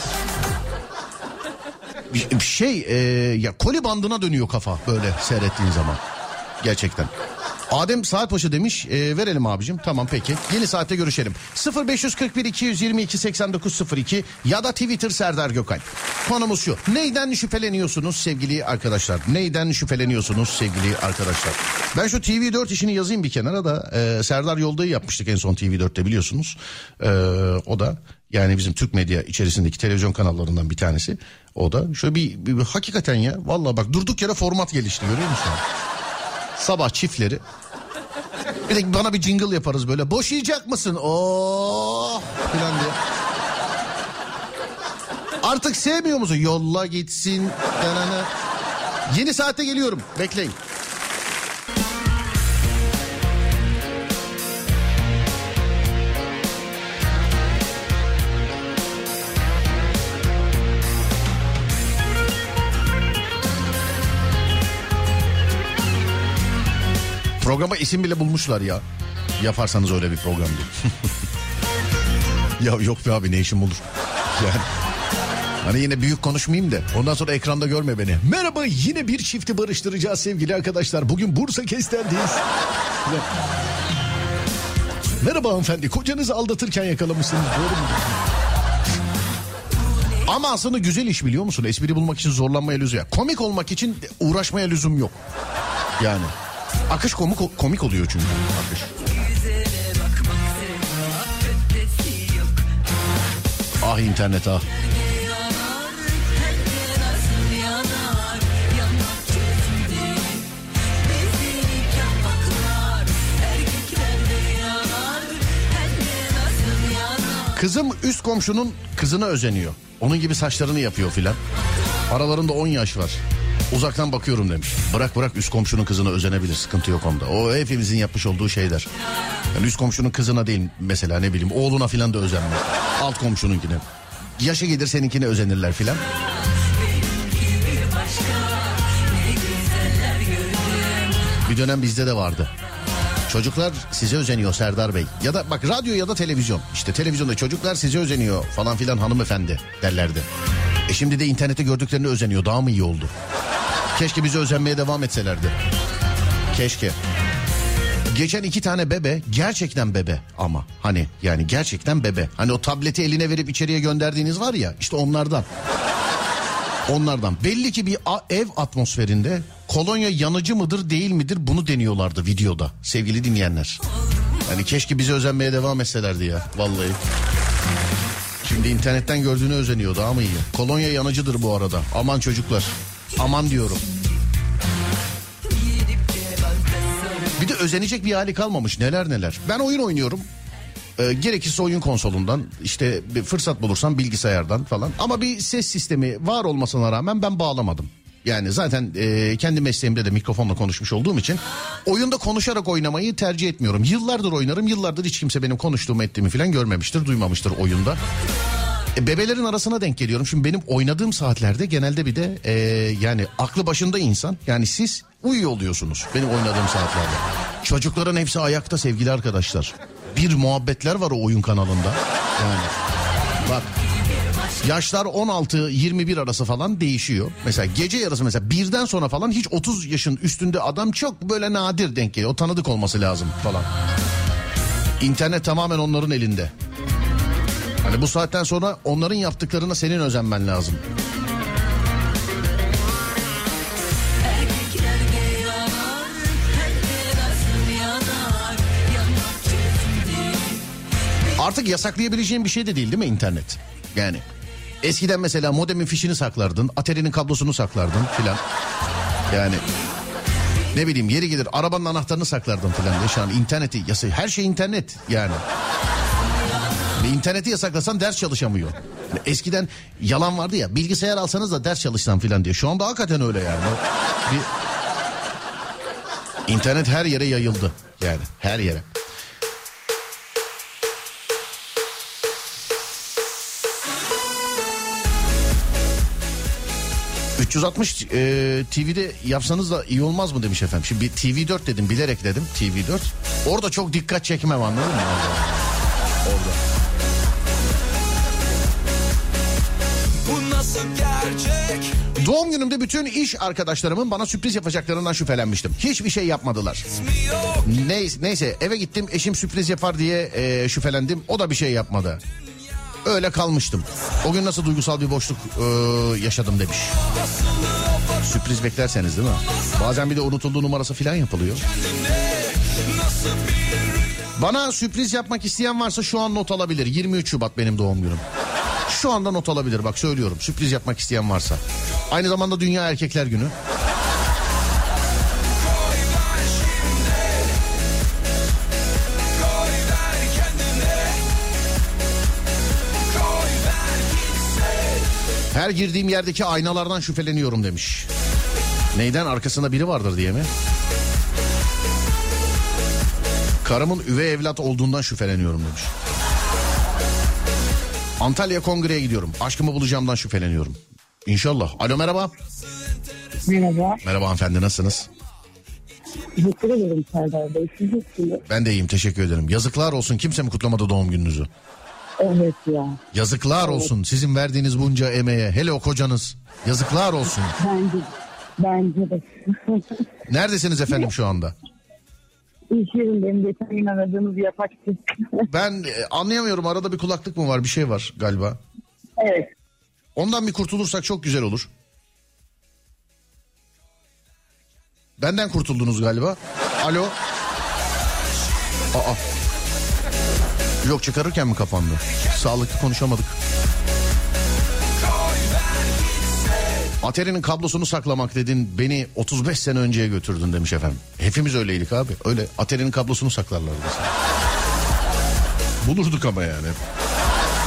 ya koli bandına dönüyor kafa böyle seyrettiğin zaman. Gerçekten. Adem Saatbaşı demiş verelim abicim, tamam peki. Yeni saatte görüşelim. 0541 222 8902 ya da Twitter Serdar Gökalp. Konumuz şu: neyden şüpheleniyorsunuz sevgili arkadaşlar? Neyden şüpheleniyorsunuz sevgili arkadaşlar? Ben şu TV4 işini yazayım bir kenara da Serdar Yolda'yı yapmıştık en son TV4'te biliyorsunuz. O da yani bizim Türk medya içerisindeki televizyon kanallarından bir tanesi. O da şöyle bir hakikaten ya vallahi bak durduk yere format gelişti, görüyor musun? Sabah çiftleri. Bir de bana bir jingle yaparız böyle. Boşayacak mısın? Oh falan diye. Artık sevmiyor musun? Yolla gitsin. Yeni saatte geliyorum. Bekleyin. Programa isim bile bulmuşlar ya. Yaparsanız öyle bir program diye. Ya yok be abi, ne işim olur. Yani hani yine büyük konuşmayayım da ondan sonra ekranda görme beni. Merhaba, yine bir çifti barıştıracağız sevgili arkadaşlar. Bugün Bursa Kestel'deyiz. Merhaba hanımefendi, kocanızı aldatırken yakalamışsınız. Doğru mu? Ama aslında güzel iş, biliyor musun? Espri bulmak için zorlanmaya lüzum yok. Komik olmak için uğraşmaya lüzum yok. Yani akış komik oluyor çünkü. Akış. Ah internet ah. Kızım üst komşunun kızına özeniyor. Onun gibi saçlarını yapıyor filan. Aralarında 10 yaş var. Uzaktan bakıyorum demiş. Bırak üst komşunun kızına özenebilir, sıkıntı yok onda. O hepimizin yapmış olduğu şeyler. Yani üst komşunun kızına değil mesela, ne bileyim oğluna filan da özenme. Alt komşununkine. Yaşı gelir seninkine özenirler filan. Bir dönem bizde de vardı. Çocuklar size özeniyor Serdar Bey. Ya da bak radyo ya da televizyon. İşte televizyonda çocuklar size özeniyor falan filan hanımefendi derlerdi. Şimdi de internette gördüklerini özeniyor. Daha mı iyi oldu? Keşke bize özenmeye devam etselerdi. Keşke. Geçen 2 tane bebe, gerçekten bebe ama hani yani gerçekten bebe. Hani o tableti eline verip içeriye gönderdiğiniz var ya, işte onlardan. Onlardan. Belli ki bir ev atmosferinde kolonya yanıcı mıdır değil midir bunu deniyorlardı videoda sevgili dinleyenler. Yani keşke bize özenmeye devam etselerdi ya vallahi. Şimdi internetten gördüğünü özeniyor, daha mı iyi? Kolonya yanıcıdır bu arada. Aman çocuklar. Aman diyorum. Bir de özenecek bir hali kalmamış, neler neler. Ben oyun oynuyorum. Gerekirse oyun konsolundan, işte bir fırsat bulursam bilgisayardan falan. Ama bir ses sistemi var olmasına rağmen ben bağlamadım. Yani zaten kendi mesleğimde de mikrofonla konuşmuş olduğum için oyunda konuşarak oynamayı tercih etmiyorum. Yıllardır oynarım, yıllardır hiç kimse benim konuştuğumu ettiğimi falan görmemiştir, duymamıştır oyunda. Bebelerin arasına denk geliyorum. Şimdi benim oynadığım saatlerde genelde bir de yani aklı başında insan, yani siz uyuyor oluyorsunuz benim oynadığım saatlerde. Çocukların hepsi ayakta sevgili arkadaşlar. Bir muhabbetler var o oyun kanalında. Yani bak, yaşlar 16-21 arası falan değişiyor. Mesela gece yarısı mesela 1'den sonra falan hiç 30 yaşın üstünde adam çok böyle nadir denk geliyor. O tanıdık olması lazım falan. İnternet tamamen onların elinde. Hani bu saatten sonra onların yaptıklarına senin özenmen lazım. Artık yasaklayabileceğin bir şey de değil mi internet? Yani eskiden mesela modemin fişini saklardın, Atari'nin kablosunu saklardın filan. Yani ne bileyim yeri gelir arabanın anahtarını saklardın filan diye. Şu an interneti her şey internet yani. İnterneti yasaklasan ders çalışamıyor. Yani eskiden yalan vardı ya, bilgisayar alsanız da ders çalışsan filan diye. Şu anda hakikaten öyle yani. İnternet her yere yayıldı yani, her yere. ...360 TV'de yapsanız da iyi olmaz mı demiş efendim. Şimdi bir TV4 dedim, bilerek dedim TV4. Orada çok dikkat çekmem, anladın mı? Orada. Bu nasıl gerçek? Doğum günümde bütün iş arkadaşlarımın bana sürpriz yapacaklarından şüphelenmiştim. Hiçbir şey yapmadılar. Neyse eve gittim, eşim sürpriz yapar diye şüphelendim. O da bir şey yapmadı. Öyle kalmıştım. O gün nasıl duygusal bir boşluk yaşadım demiş. Sürpriz beklerseniz değil mi? Bazen bir de unutulduğu numarası falan yapılıyor. Bana sürpriz yapmak isteyen varsa şu an not alabilir. 23 Şubat benim doğum günüm. Şu anda not alabilir, bak söylüyorum. Sürpriz yapmak isteyen varsa. Aynı zamanda Dünya Erkekler Günü. Her girdiğim yerdeki aynalardan şüpheleniyorum demiş. Neyden? Arkasında biri vardır diye mi? Karımın üvey evlat olduğundan şüpheleniyorum demiş. Antalya Kongre'ye gidiyorum. Aşkımı bulacağımdan şüpheleniyorum. İnşallah. Alo, merhaba. Merhaba. Merhaba hanımefendi, nasılsınız? Teşekkür ederim Serdar Bey. Siz nasılsınız? Ben de iyiyim, teşekkür ederim. Yazıklar olsun, kimse mi kutlamadı doğum gününüzü? Evet ya. Yazıklar olsun sizin verdiğiniz bunca emeğe. Hele o kocanız. Yazıklar olsun. Bence de. Neredesiniz efendim şu anda? İş yerindeyim. Geçen gün aradığınız yapaktı. Ben anlayamıyorum, arada bir kulaklık mı var, bir şey var galiba. Evet. Ondan bir kurtulursak çok güzel olur. Benden kurtuldunuz galiba. Alo. Aa. Yok, çıkarırken mi kapandı? Sağlıklı konuşamadık. Atari'nin kablosunu saklamak dedin, beni 35 sene önceye götürdün demiş efendim. Hepimiz öyleydik abi. Öyle Atari'nin kablosunu saklarlardı. Bulurduk ama yani.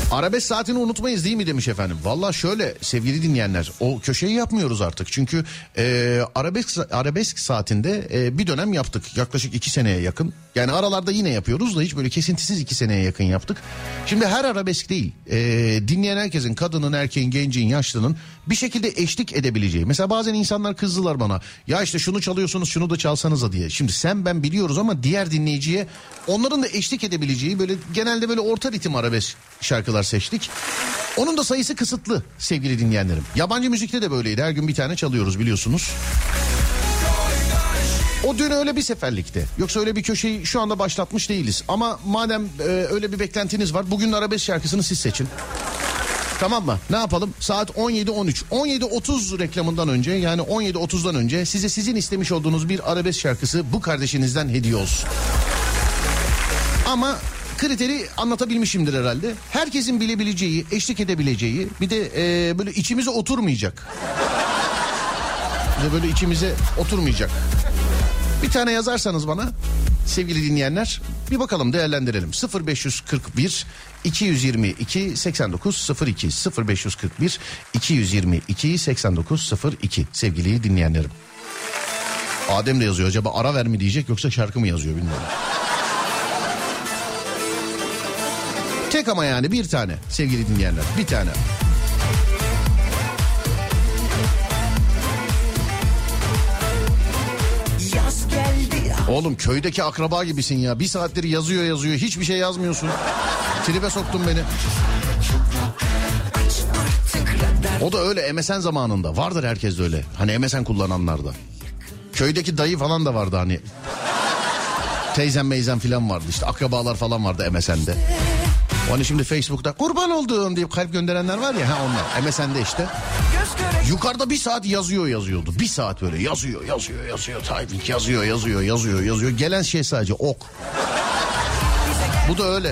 Arabesk saatini unutmayız değil mi demiş efendim. Valla şöyle sevgili dinleyenler, o köşeyi yapmıyoruz artık. Çünkü arabesk saatinde bir dönem yaptık. Yaklaşık 2 seneye yakın. Yani aralarda yine yapıyoruz da hiç böyle kesintisiz 2 seneye yakın yaptık. Şimdi her arabesk değil. Dinleyen herkesin, kadının, erkeğin, gencin, yaşlının bir şekilde eşlik edebileceği. Mesela bazen insanlar kızdılar bana. Ya işte şunu çalıyorsunuz, şunu da çalsanıza diye. Şimdi sen ben biliyoruz ama diğer dinleyiciye onların da eşlik edebileceği böyle genelde böyle orta ritim arabesk şarkılar seçtik. Onun da sayısı kısıtlı sevgili dinleyenlerim. Yabancı müzikte de böyleydi. Her gün bir tane çalıyoruz biliyorsunuz. O dün öyle bir seferlikti. Yoksa öyle bir köşeyi şu anda başlatmış değiliz. Ama madem öyle bir beklentiniz var, bugün arabesk şarkısını siz seçin. Tamam mı? Ne yapalım? Saat 17.13. 17.30 reklamından önce, yani 17.30'dan önce size sizin istemiş olduğunuz bir arabesk şarkısı bu kardeşinizden hediye olsun. Ama kriteri anlatabilmişimdir herhalde. Herkesin bilebileceği, eşlik edebileceği, bir de böyle içimize oturmayacak. Bir de böyle içimize oturmayacak. Bir tane yazarsanız bana sevgili dinleyenler, bir bakalım, değerlendirelim. 0541 222 8902 0541 222 8902 sevgili dinleyenlerim. Adem de yazıyor, acaba ara ver mi diyecek yoksa şarkı mı yazıyor bilmiyorum. Tek ama yani bir tane sevgili dinleyenler, bir tane. Oğlum köydeki akraba gibisin ya. Bir saattir yazıyor hiçbir şey yazmıyorsun. Tribe soktun beni. O da öyle MSN zamanında. Vardır herkes de öyle. Hani MSN kullananlarda. Köydeki dayı falan da vardı hani. Teyzem meyzem falan vardı işte. Akrabalar falan vardı MSN'de. Hani şimdi Facebook'ta kurban olduğum deyip kalp gönderenler var ya, onlar. MSN'de işte. Yukarıda bir saat yazıyordu. Bir saat böyle yazıyor. Typing yazıyor. Gelen şey sadece ok. Bu da öyle.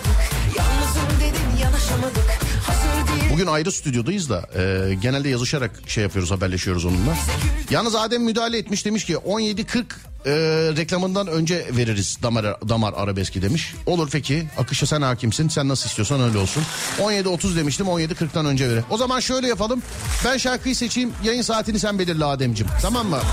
Bugün ayrı stüdyodayız da genelde yazışarak şey yapıyoruz, haberleşiyoruz onunla. Yalnız Adem müdahale etmiş, demiş ki 17.40 reklamından önce veririz damar arabeski demiş. Olur peki, akışa sen hakimsin, sen nasıl istiyorsan öyle olsun. 17.30 demiştim, 17.40'tan önce verir. O zaman şöyle yapalım, ben şarkıyı seçeyim, yayın saatini sen belirle Ademciğim, tamam mı?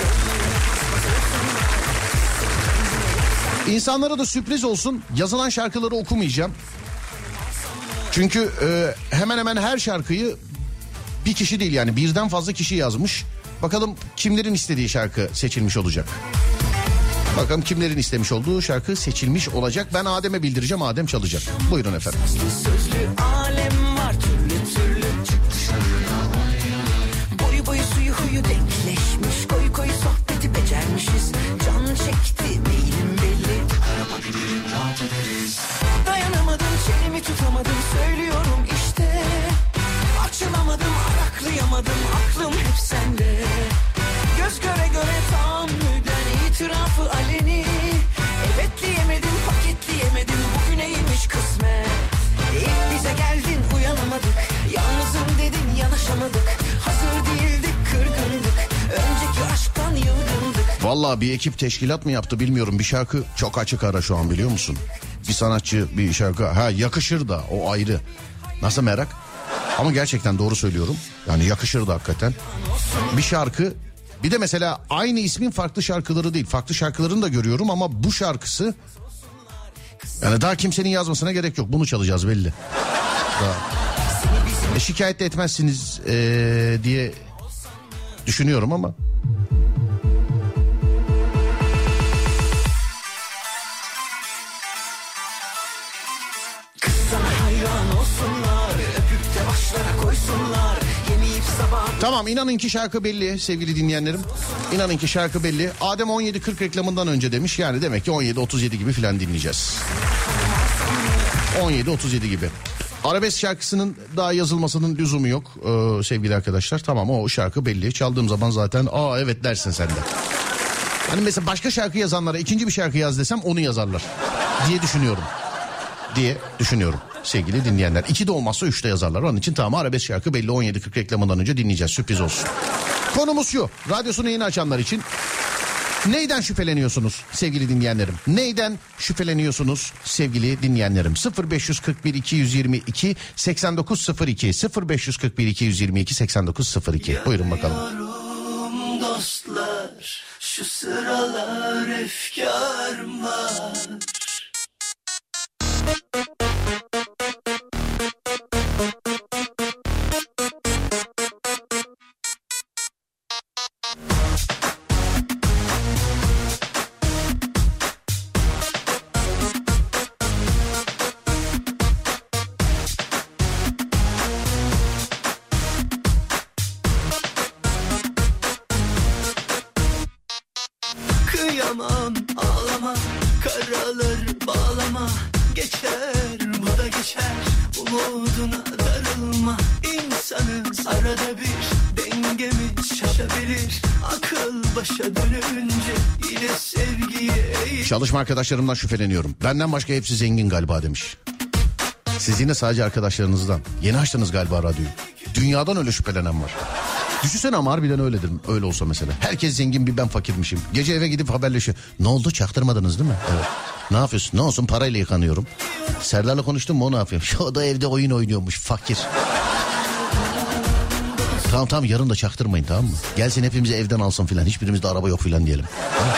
İnsanlara da sürpriz olsun, yazılan şarkıları okumayacağım. Çünkü hemen hemen her şarkıyı bir kişi değil, yani birden fazla kişi yazmış. Bakalım kimlerin istediği şarkı seçilmiş olacak. Bakalım kimlerin istemiş olduğu şarkı seçilmiş olacak. Ben Adem'e bildireceğim, Adem çalacak. Buyurun efendim. Sözlü alem var, türlü boyu boyu suyu huyu denkleşmiş, koyu sohbeti becermişiz. Can çekti meylim belli, dayanamadım, çenemi tutamadım, söylüyorum işte. Açılamadım, araklayamadım, aklım hep sende. Göz göre göre tahammüden itirafı aleni. Evet diyemedim, paketleyemedim, bugüneymiş kısmet. İlk bize geldin, uyanamadık, yalnızım dedin, yanaşamadık. Hazır değildik, kırgındık, önceki aşktan yılgındık. Vallahi bir ekip teşkilat mı yaptı bilmiyorum, bir şarkı çok açık ara şu an, biliyor musun? Bir sanatçı bir şarkı, yakışır da, o ayrı. Nasıl merak? Ama gerçekten doğru söylüyorum. Yani yakışırdı hakikaten. Bir şarkı, bir de mesela aynı ismin farklı şarkıları değil. Farklı şarkılarını da görüyorum ama bu şarkısı, yani daha kimsenin yazmasına gerek yok. Bunu çalacağız belli. Şikayet de etmezsiniz diye düşünüyorum ama. Tamam, inanın ki şarkı belli sevgili dinleyenlerim. İnanın ki şarkı belli. Adem 17.40 reklamından önce demiş. Yani demek ki 17.37 gibi filan dinleyeceğiz. 17.37 gibi. Arabesk şarkısının daha yazılmasının lüzumu yok sevgili arkadaşlar. Tamam, o şarkı belli. Çaldığım zaman zaten evet dersin sen de. Hani mesela başka şarkı yazanlara ikinci bir şarkı yaz desem onu yazarlar diye düşünüyorum sevgili dinleyenler. 2'de olmazsa 3'te yazarlar. Onun için tamam, arabesk şarkı belli, 17.40 reklamından önce dinleyeceğiz, sürpriz olsun. Konumuz şu, radyosunu yeni açanlar için Neyden şüpheleniyorsunuz sevgili dinleyenlerim? Neyden şüpheleniyorsunuz sevgili dinleyenlerim? 0541 222 8902 0541 222 8902. Buyurun bakalım. Dostlar, şu sıralar efkarım var. Kıyamam, ağlama, karalar bağlama. Geçer, bu da geçer, umuduna darılma. İnsanız arada bir, dengemiz şaşabilir. Akıl başa dönünce yine sevgiye eğil. Çalışma arkadaşlarımdan şüpheleniyorum. Benden başka hepsi zengin galiba demiş. Siz yine sadece arkadaşlarınızdan. Yeni açtınız galiba radyoyu. Dünyadan öyle şüphelenen var. Düşünsene ama harbiden öyledir. Öyle olsa mesela. Herkes zengin, bir ben fakirmişim. Gece eve gidip haberleşiyor. Ne oldu, çaktırmadınız değil mi? Evet. Ne yapıyorsun? Ne olsun, parayla yıkanıyorum. Serdar'la konuştum mu, o ne yapıyor? O da evde oyun oynuyormuş, fakir. Tamam yarın da çaktırmayın, tamam mı? Gelsin hepimizi evden alsın filan. Hiçbirimizde araba yok filan diyelim. Tamam.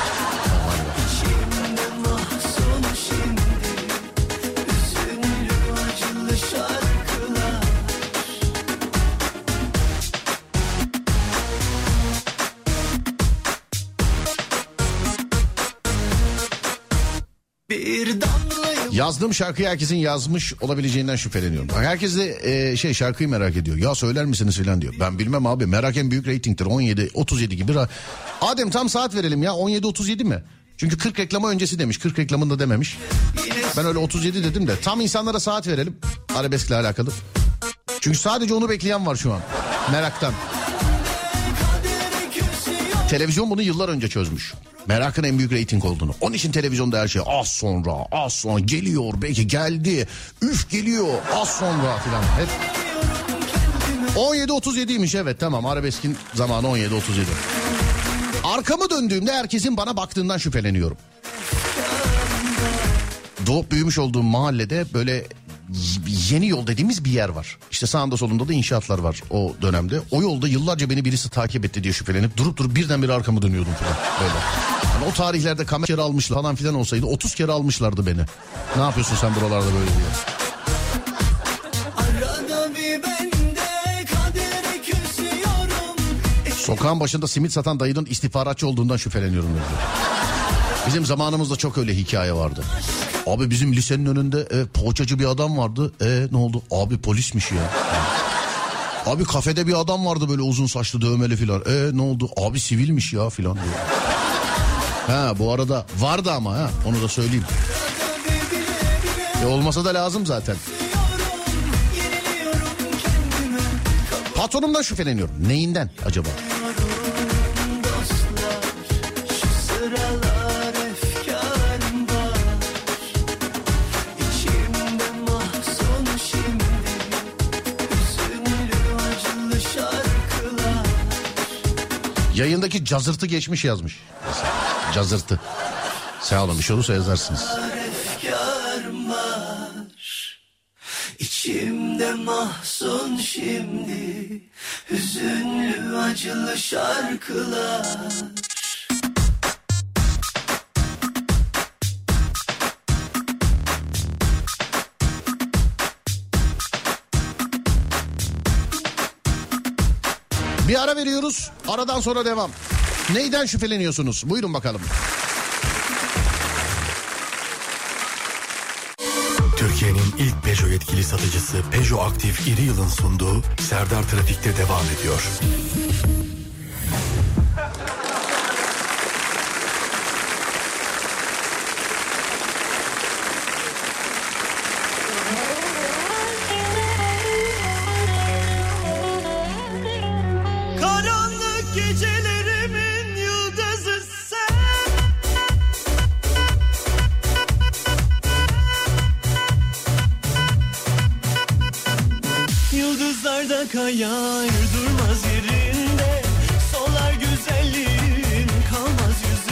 Yazdığım şarkıyı herkesin yazmış olabileceğinden şüpheleniyorum. Herkes de şarkıyı merak ediyor. Ya söyler misiniz filan diyor. Ben bilmem abi, merak en büyük reytingtir. 17-37 gibi. Adem tam saat verelim ya, 17-37 mi? Çünkü 40 reklama öncesi demiş. 40 reklamında dememiş. Ben öyle 37 dedim de. Tam insanlara saat verelim. Arabeskle alakalı. Çünkü sadece onu bekleyen var şu an. Meraktan. Televizyon bunu yıllar önce çözmüş. Merakın en büyük reyting olduğunu. Onun için televizyonda her şey az sonra geliyor, belki geldi. Üf geliyor, az sonra filan. Hep 17.37'ymiş, evet tamam, arabeskin zamanı 17.37. Arkamı döndüğümde herkesin bana baktığından şüpheleniyorum. Doğup büyümüş olduğum mahallede böyle yeni yol dediğimiz bir yer var. İşte sağında solunda da inşaatlar var o dönemde. O yolda yıllarca beni birisi takip etti diye şüphelenip durup birdenbire arkamı dönüyordum falan böyle. Yani o tarihlerde kamera almışlar falan filan olsaydı 30 kere almışlardı beni. Ne yapıyorsun sen buralarda böyle diye. Sokağın başında simit satan dayının istihbaratçı olduğundan şüpheleniyorum. Bizim zamanımızda çok öyle hikaye vardı. Abi bizim lisenin önünde poğaçacı bir adam vardı. Ne oldu? Abi polismiş ya. Abi kafede bir adam vardı böyle uzun saçlı dövmeli filan. Ne oldu? Abi sivilmiş ya filan diyor. Bu arada vardı ama onu da söyleyeyim. Olmasa da lazım zaten. Patronumdan şüpheleniyorum. Neyinden acaba? Yayındaki cazırtı geçmiş yazmış. Cazırtı. Sağ olun, bir şey olursa yazarsınız. İçimde mahzun şimdi, hüzünlü acılı şarkılar. Bir ara veriyoruz. Aradan sonra devam. Neyden şüpheleniyorsunuz? Buyurun bakalım. Türkiye'nin ilk Peugeot yetkili satıcısı Peugeot Aktif İri Yıl'ın sunduğu Serdar Trafik'te devam ediyor. Karanlık gecelerimin yıldızı sen. Yıldızlarda kayar durmaz yerinde, solar güzelliğin kalmaz yüzünde.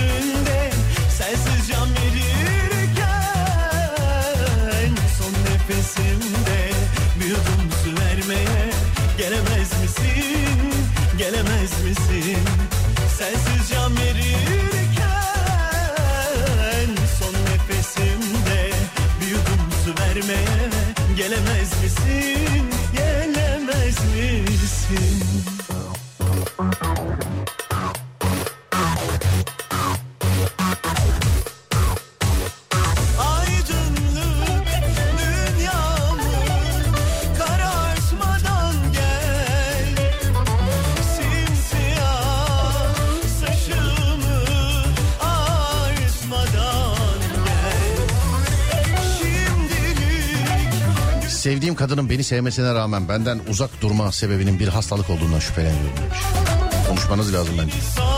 Sevdiğim kadının beni sevmesine rağmen benden uzak durma sebebinin bir hastalık olduğundan şüpheleniyorum demiş. Konuşmanız lazım bence.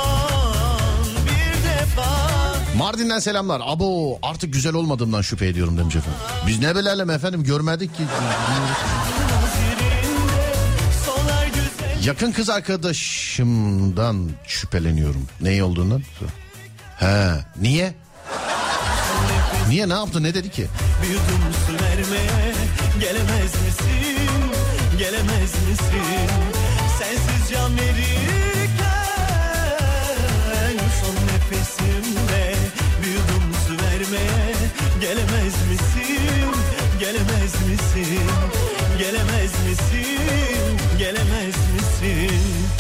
Mardin'den selamlar. Abo artık güzel olmadığımdan şüphe ediyorum demiş efendim. Biz ne bilelim efendim, görmedik ki. Yakın kız arkadaşımdan şüpheleniyorum. Neyi olduğundan? He, niye? Niye, ne yaptı, ne dedi ki? Bir yudum su vermeye gelemez misin? Gelemez misin? Sensiz can verirken son nefesimde bir yudum su vermeye gelemez misin? Gelemez misin? Gelemez misin? Gelemez misin?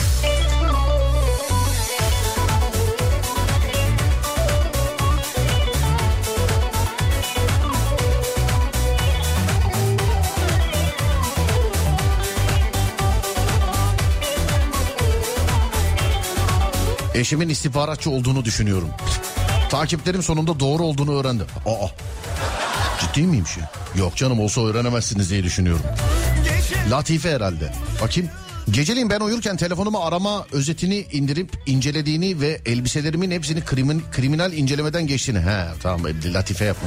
Eşimin istihbaratçı olduğunu düşünüyorum. Takiplerim sonunda doğru olduğunu öğrendi. Aa, ciddi miymiş ya? Yok canım, olsa öğrenemezsiniz diye düşünüyorum. Latife herhalde. Bakayım. Geceliğin ben uyurken telefonuma arama özetini indirip incelediğini ve elbiselerimin hepsini kriminal incelemeden geçtiğini. He tamam, Latife yapmış.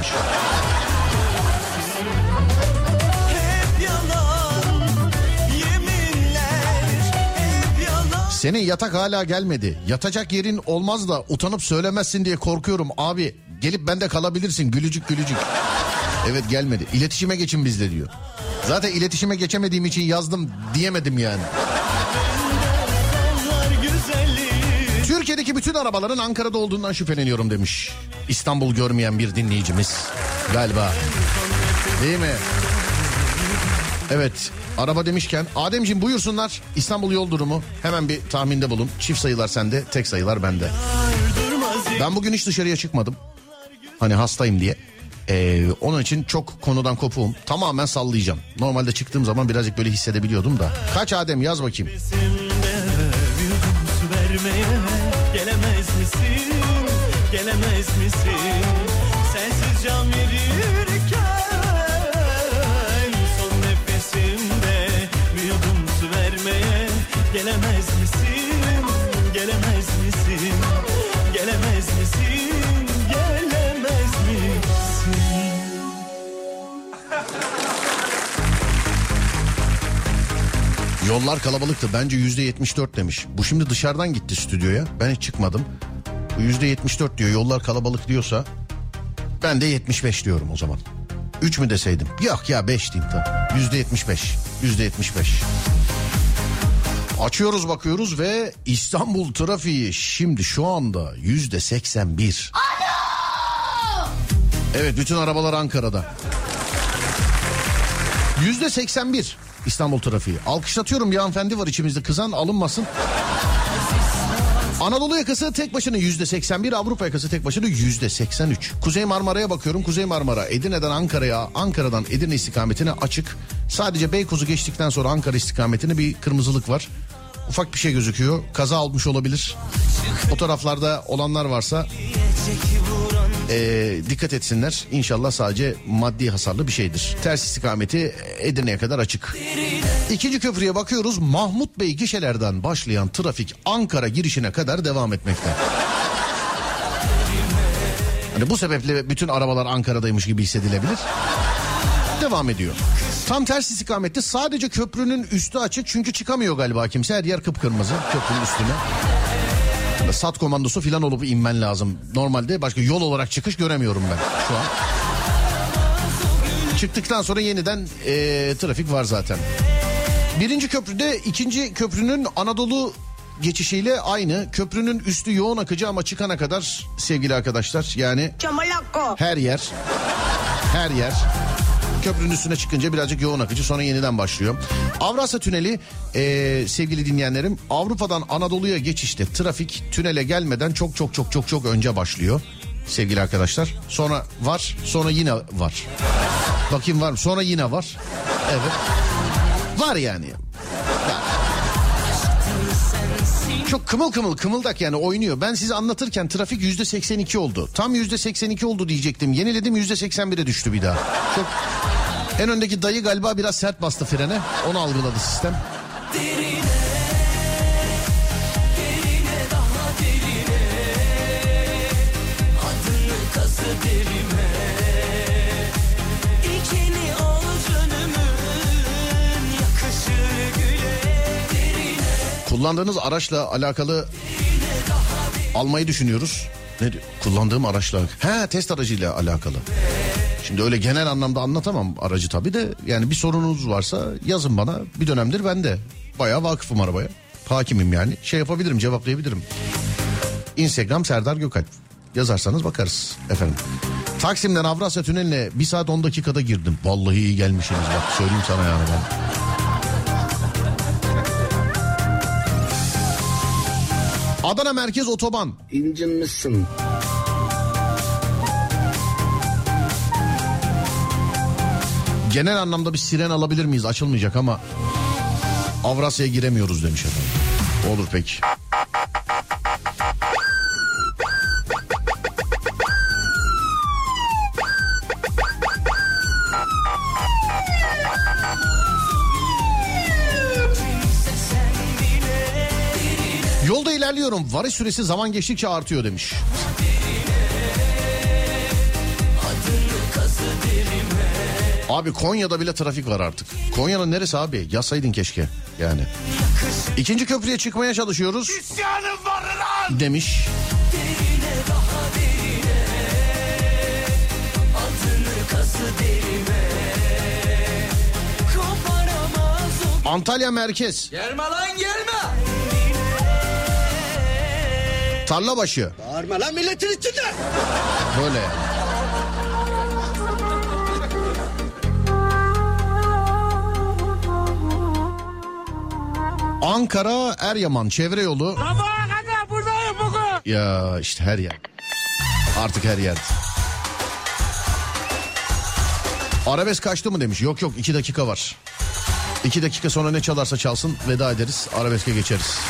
Senin yatak hala gelmedi. Yatacak yerin olmaz da utanıp söylemezsin diye korkuyorum abi. Gelip bende kalabilirsin, gülücük gülücük. Evet, gelmedi. İletişime geçin bizde diyor. Zaten iletişime geçemediğim için yazdım diyemedim yani. Türkiye'deki bütün arabaların Ankara'da olduğundan şüpheleniyorum demiş. İstanbul görmeyen bir dinleyicimiz galiba. Değil mi? Evet, araba demişken Ademciğim buyursunlar. İstanbul yol durumu, hemen bir tahminde bulun. Çift sayılar sende, tek sayılar bende. Ben bugün hiç dışarıya çıkmadım. Hani hastayım diye. Onun için çok konudan kopuğum. Tamamen sallayacağım. Normalde çıktığım zaman birazcık böyle hissedebiliyordum da. Kaç Adem, yaz bakayım. Gelemez misin? Gelemez misin? Sensiz can verirken son nefesimde bir yudum su vermeye gelemez misin? Gelemez misin? Gelemez misin? Gelemez misin? Yollar kalabalıktı. Bence %74 demiş. Bu şimdi dışarıdan gitti stüdyoya. Ben hiç çıkmadım. Bu %74 diyor. Yollar kalabalık diyorsa ben de 75 diyorum o zaman. 3 mü deseydim? Yok ya, 5 diyeyim tamam. %75. %75. Açıyoruz, bakıyoruz ve İstanbul trafiği şimdi şu anda %81. Evet, bütün arabalar Ankara'da. %81 İstanbul trafiği. Alkışlatıyorum, bir hanımefendi var içimizde, kızan alınmasın. Anadolu yakası tek başına %81, Avrupa yakası tek başına %83. Kuzey Marmara'ya bakıyorum. Kuzey Marmara Edirne'den Ankara'ya, Ankara'dan Edirne istikametine açık. Sadece Beykoz'u geçtikten sonra Ankara istikametine bir kırmızılık var. Ufak bir şey gözüküyor. Kaza olmuş olabilir. O taraflarda olanlar varsa dikkat etsinler. İnşallah sadece maddi hasarlı bir şeydir. Ters istikameti Edirne'ye kadar açık. İkinci köprüye bakıyoruz. Mahmut Bey gişelerden başlayan trafik Ankara girişine kadar devam etmekte. Hani bu sebeple bütün arabalar Ankara'daymış gibi hissedilebilir. Devam ediyor. Tam ters istikamette sadece köprünün üstü açık, çünkü çıkamıyor galiba kimse. Her yer kıpkırmızı köprünün üstüne. Sat komandosu falan olup inmen lazım. Normalde başka yol olarak çıkış göremiyorum ben şu an. Çıktıktan sonra yeniden trafik var zaten. Birinci köprüde ikinci köprünün Anadolu geçişiyle aynı. Köprünün üstü yoğun akıcı ama çıkana kadar sevgili arkadaşlar, yani her yer köprünün üstüne çıkınca birazcık yoğun akıcı, sonra yeniden başlıyor. Avrasya Tüneli sevgili dinleyenlerim, Avrupa'dan Anadolu'ya geçişte trafik tünele gelmeden çok önce başlıyor sevgili arkadaşlar. Sonra var, sonra yine var. Bakayım var mı? Sonra yine var. Evet. Var yani. Çok kımıldak yani, oynuyor. Ben size anlatırken trafik %82 oldu. Tam %82 oldu diyecektim. Yeniledim, %81'e düştü bir daha. Çok En öndeki dayı galiba biraz sert bastı frene. Onu algıladı sistem. Derine, derine daha derine, adını kazı derime. Dikeni ol canımın, yakışır güle. Derine, Kullandığınız araçla alakalı almayı düşünüyoruz. Ne diyor? Kullandığım araçla. Test aracıyla alakalı. Şimdi öyle genel anlamda anlatamam aracı tabii de. Yani bir sorunuz varsa yazın bana. Bir dönemdir ben de bayağı vakıfım arabaya. Hakimim yani. Şey yapabilirim, cevaplayabilirim. Instagram Serdar Gökalp. Yazarsanız bakarız efendim. Taksim'den Avrasya Tüneli'ne 1 saat 10 dakikada girdim. Vallahi iyi gelmişsiniz bak söyleyeyim sana yani ben. Adana Merkez Otoban. İncinmişsin. Genel anlamda bir siren alabilir miyiz? Açılmayacak ama Avrasya'ya giremiyoruz demiş efendim. Olur peki. Yolda ilerliyorum. Varış süresi zaman geçtikçe artıyor demiş. Abi Konya'da bile trafik var artık. Konya'nın neresi abi? Yazsaydın keşke yani. İkinci köprüye çıkmaya çalışıyoruz. İsyanım var lan! Demiş. derine daha derine, adını kazı derime. Koparamaz o Antalya Merkez. Gelme lan gelme! Tarlabaşı. Bağırma lan milletin içinde. Böyle yani. Ankara Eryaman çevre yolu. Sabaha kadar buradayım bugün. Ya işte her yer. Artık her yer. Arabesk kaçtı mı demiş. Yok 2 dakika var. 2 dakika sonra ne çalarsa çalsın veda ederiz. Arabeske geçeriz.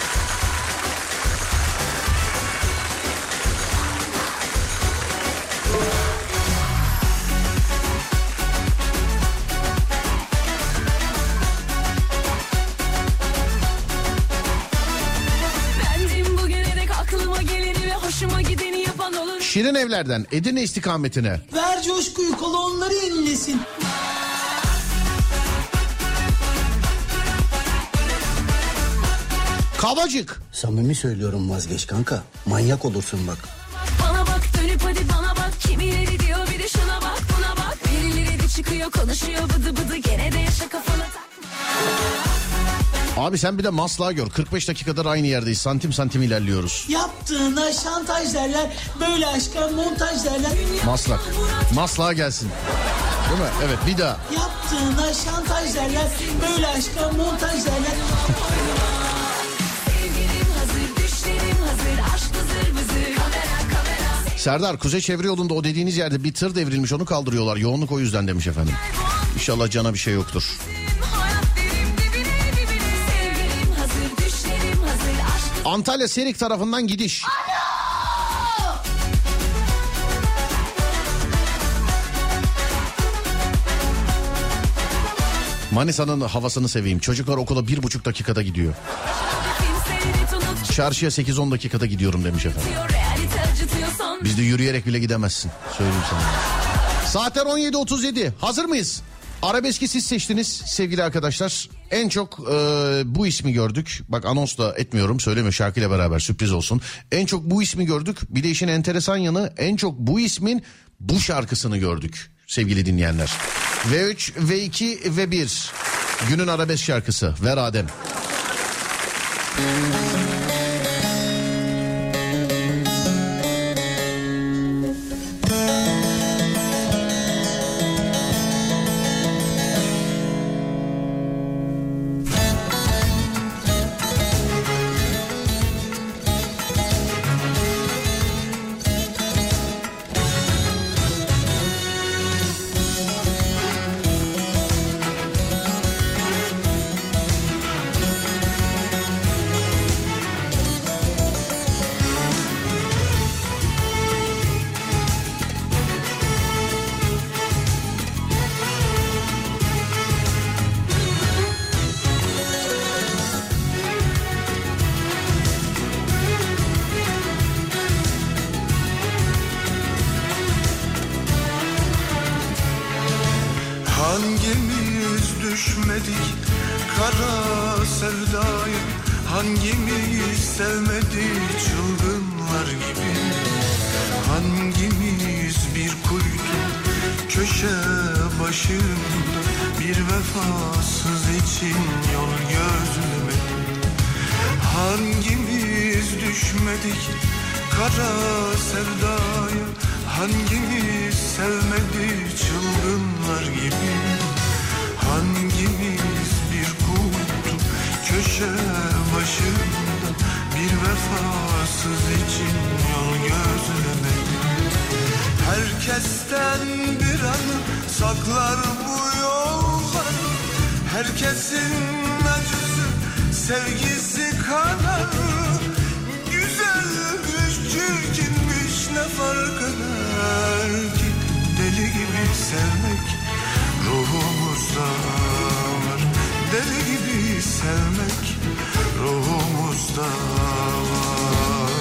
Bendim bugüne dek aklıma geleni ve hoşuma gideni yapan olur. Şirin Evler'den Edirne istikametine. Ver coşkuyu kolonları inlesin. Kavacık. Samimi söylüyorum vazgeç kanka. Manyak olursun bak. Bana bak dönüp hadi bana bak. Kimileri diyor bir de şuna bak buna bak. Birileri de çıkıyor konuşuyor bıdı bıdı. Gene de yaşa kafana takma. Abi sen bir de Maslak'ı gör. 45 dakikadır aynı yerdeyiz. Santim santim ilerliyoruz. Yaptığına şantaj derler. Böyle aşka montaj derler. Maslak. Maslak'a gelsin. Değil mi? Evet bir daha. Yaptığına şantaj derler. Böyle aşka montaj derler. Sevgilim hazır düşlerim hazır. Aşk vızır vızır. Kamera. Serdar Kuzey Çevre Yolu'nda o dediğiniz yerde bir tır devrilmiş onu kaldırıyorlar. Yoğunluk o yüzden demiş efendim. İnşallah cana bir şey yoktur. Hayat derim dibine dibine. Sevgilim hazır düşlerim hazır. Aşk Antalya Serik tarafından gidiş. Manisa'nın havasını seveyim. Çocuklar okula 1,5 dakikada gidiyor. kimseyi tutup Çarşıya 8-10 dakikada gidiyorum demiş efendim. çıkıyor. Realite acıtıyor son. Bizde yürüyerek bile gidemezsin. Söyleyeyim sana. Saatler 17.37. Hazır mıyız? Arabeski siz seçtiniz sevgili arkadaşlar. En çok bu ismi gördük. Bak anons da etmiyorum. Söylemiyor şarkıyla beraber sürpriz olsun. En çok bu ismi gördük. Bir de işin enteresan yanı en çok bu ismin bu şarkısını gördük sevgili dinleyenler. V3, V2 ve 1. Günün arabesk şarkısı. Ver Adem. Hangimiz düşmedik kara sevdaya, hangimiz sevmedik çılgınlar gibi. Hangimiz bir kuytu köşe başında bir vefasız için yol gözlemedik. Hangimiz düşmedik kara sevdaya, hangimiz sevmedik çılgınlar gibi. Hangimiz bir kutu köşe başında bir vefasız için yol gözlemedik. Herkesten bir anı saklar bu yollar, herkesin acısı sevgisi kadar. Güzelmiş çirkinmiş ne fark eder ki, deli gibi sevmek ruhumuzda var. Deli gibi sevmek ruhumuzda var.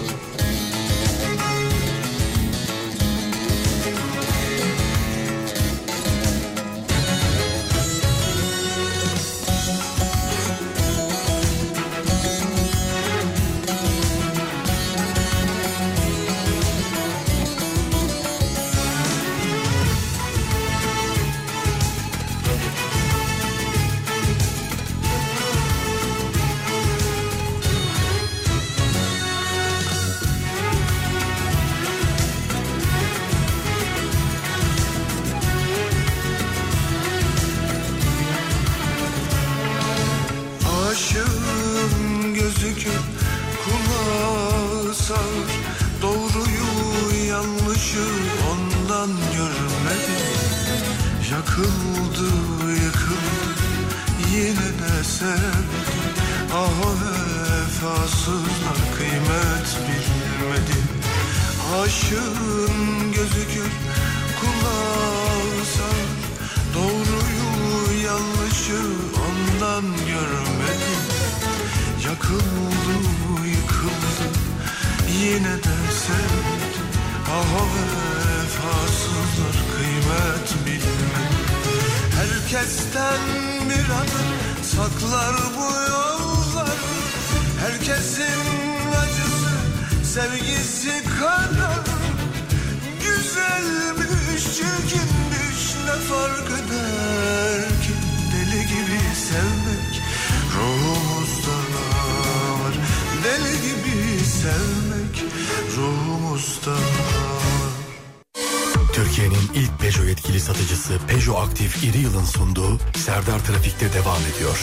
Aşığın gözü kör, kulağı sağır, doğruyu yanlışı ondan görmedi. Yakıldı yıkıldı yine de sevdi. Ah o vefasızlar kıymet bilmedi. Aşığın gözü kör, kulağı sağır, doğruyu yanlışı ondan görmedi. Yakıldı yıkıldı yine de sevdi. Ah o vefasızlar kıymet bilmedi. Herkesten bir adı saklar bu yollar, herkesin acısı sevgisi kadar. Güzelmiş çirkinmiş ne fark eder ki, deli gibi sevmek ruhumuzda var. Deli gibi sevmek ruhumuzda var. Türkiye'nin ilk Peugeot yetkili satıcısı Peugeot Aktif İri Yıl'ın sunduğu Serdar Trafik'te devam ediyor.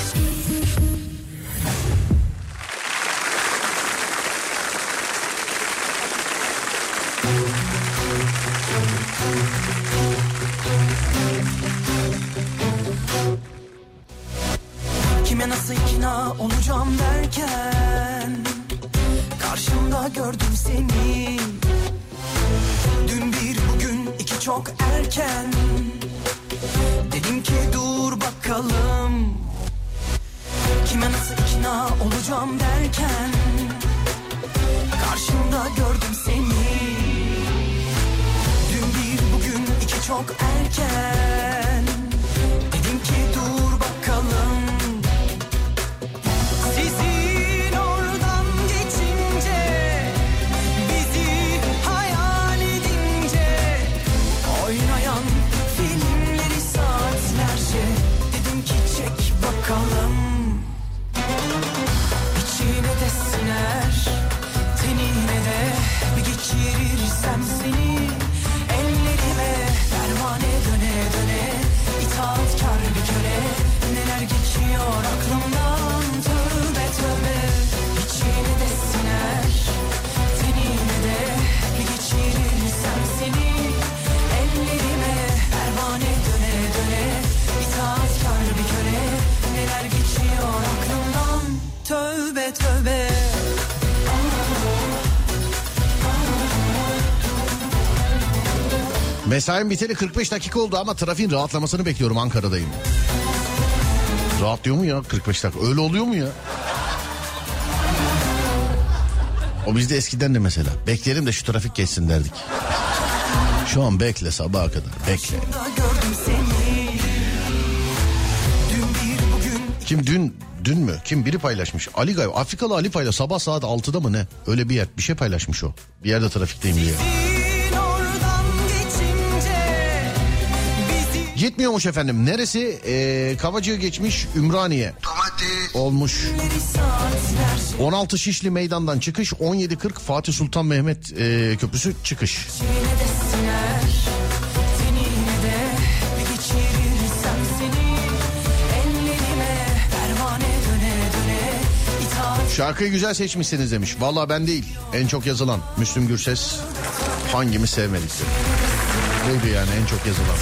Kime nasıl ikna olacağım derken karşımda gördüm seni. Dün bir bugün iki çok erken, dedim ki dur bakalım. Kime nasıl ikna olacağım derken karşımda gördüm seni. Dün bir bugün iki çok erken, dedim ki dur bakalım. Sizin oradan geçince, bizi hayal edince, oynayan filmleri saatlerce, dedim ki çek bakalım. İçine de siner, tenine de bir geçirirsem seni. Ellerime pervane döne döne, itaatkar bir köle. Neler geçiyor aklımdan, tövbe tövbe. İçine de siner, tenine de bir geçirirsem seni. Ellerime pervane döne döne, itaatkar bir köle. Neler geçiyor aklımdan, tövbe tövbe. Mesaim biteli 45 dakika oldu ama trafiğin rahatlamasını bekliyorum, Ankara'dayım. Rahatlıyor mu ya 45 dakika? Öyle oluyor mu ya? O bizde eskiden de mesela. Bekleyelim de şu trafik geçsin derdik. Şu an bekle sabaha kadar. Bekle. Gördüm seni. Kim dün mü? Kim biri paylaşmış. Ali galiba. Afrikalı Ali paylaş. Sabah saat 6'da mı ne? Öyle bir yer. Bir şey paylaşmış o. Bir yerde trafikteyim diye. Gitmiyormuş efendim. Neresi? Kavacığı geçmiş Ümraniye. Olmuş. 16 Şişli Meydan'dan çıkış. 17.40 Fatih Sultan Mehmet Köprüsü çıkış. Şarkıyı güzel seçmişsiniz demiş. Vallahi ben değil. En çok yazılan Müslüm Gürses. Hangimiz sevmedik dedi. Buydu yani en çok yazılan.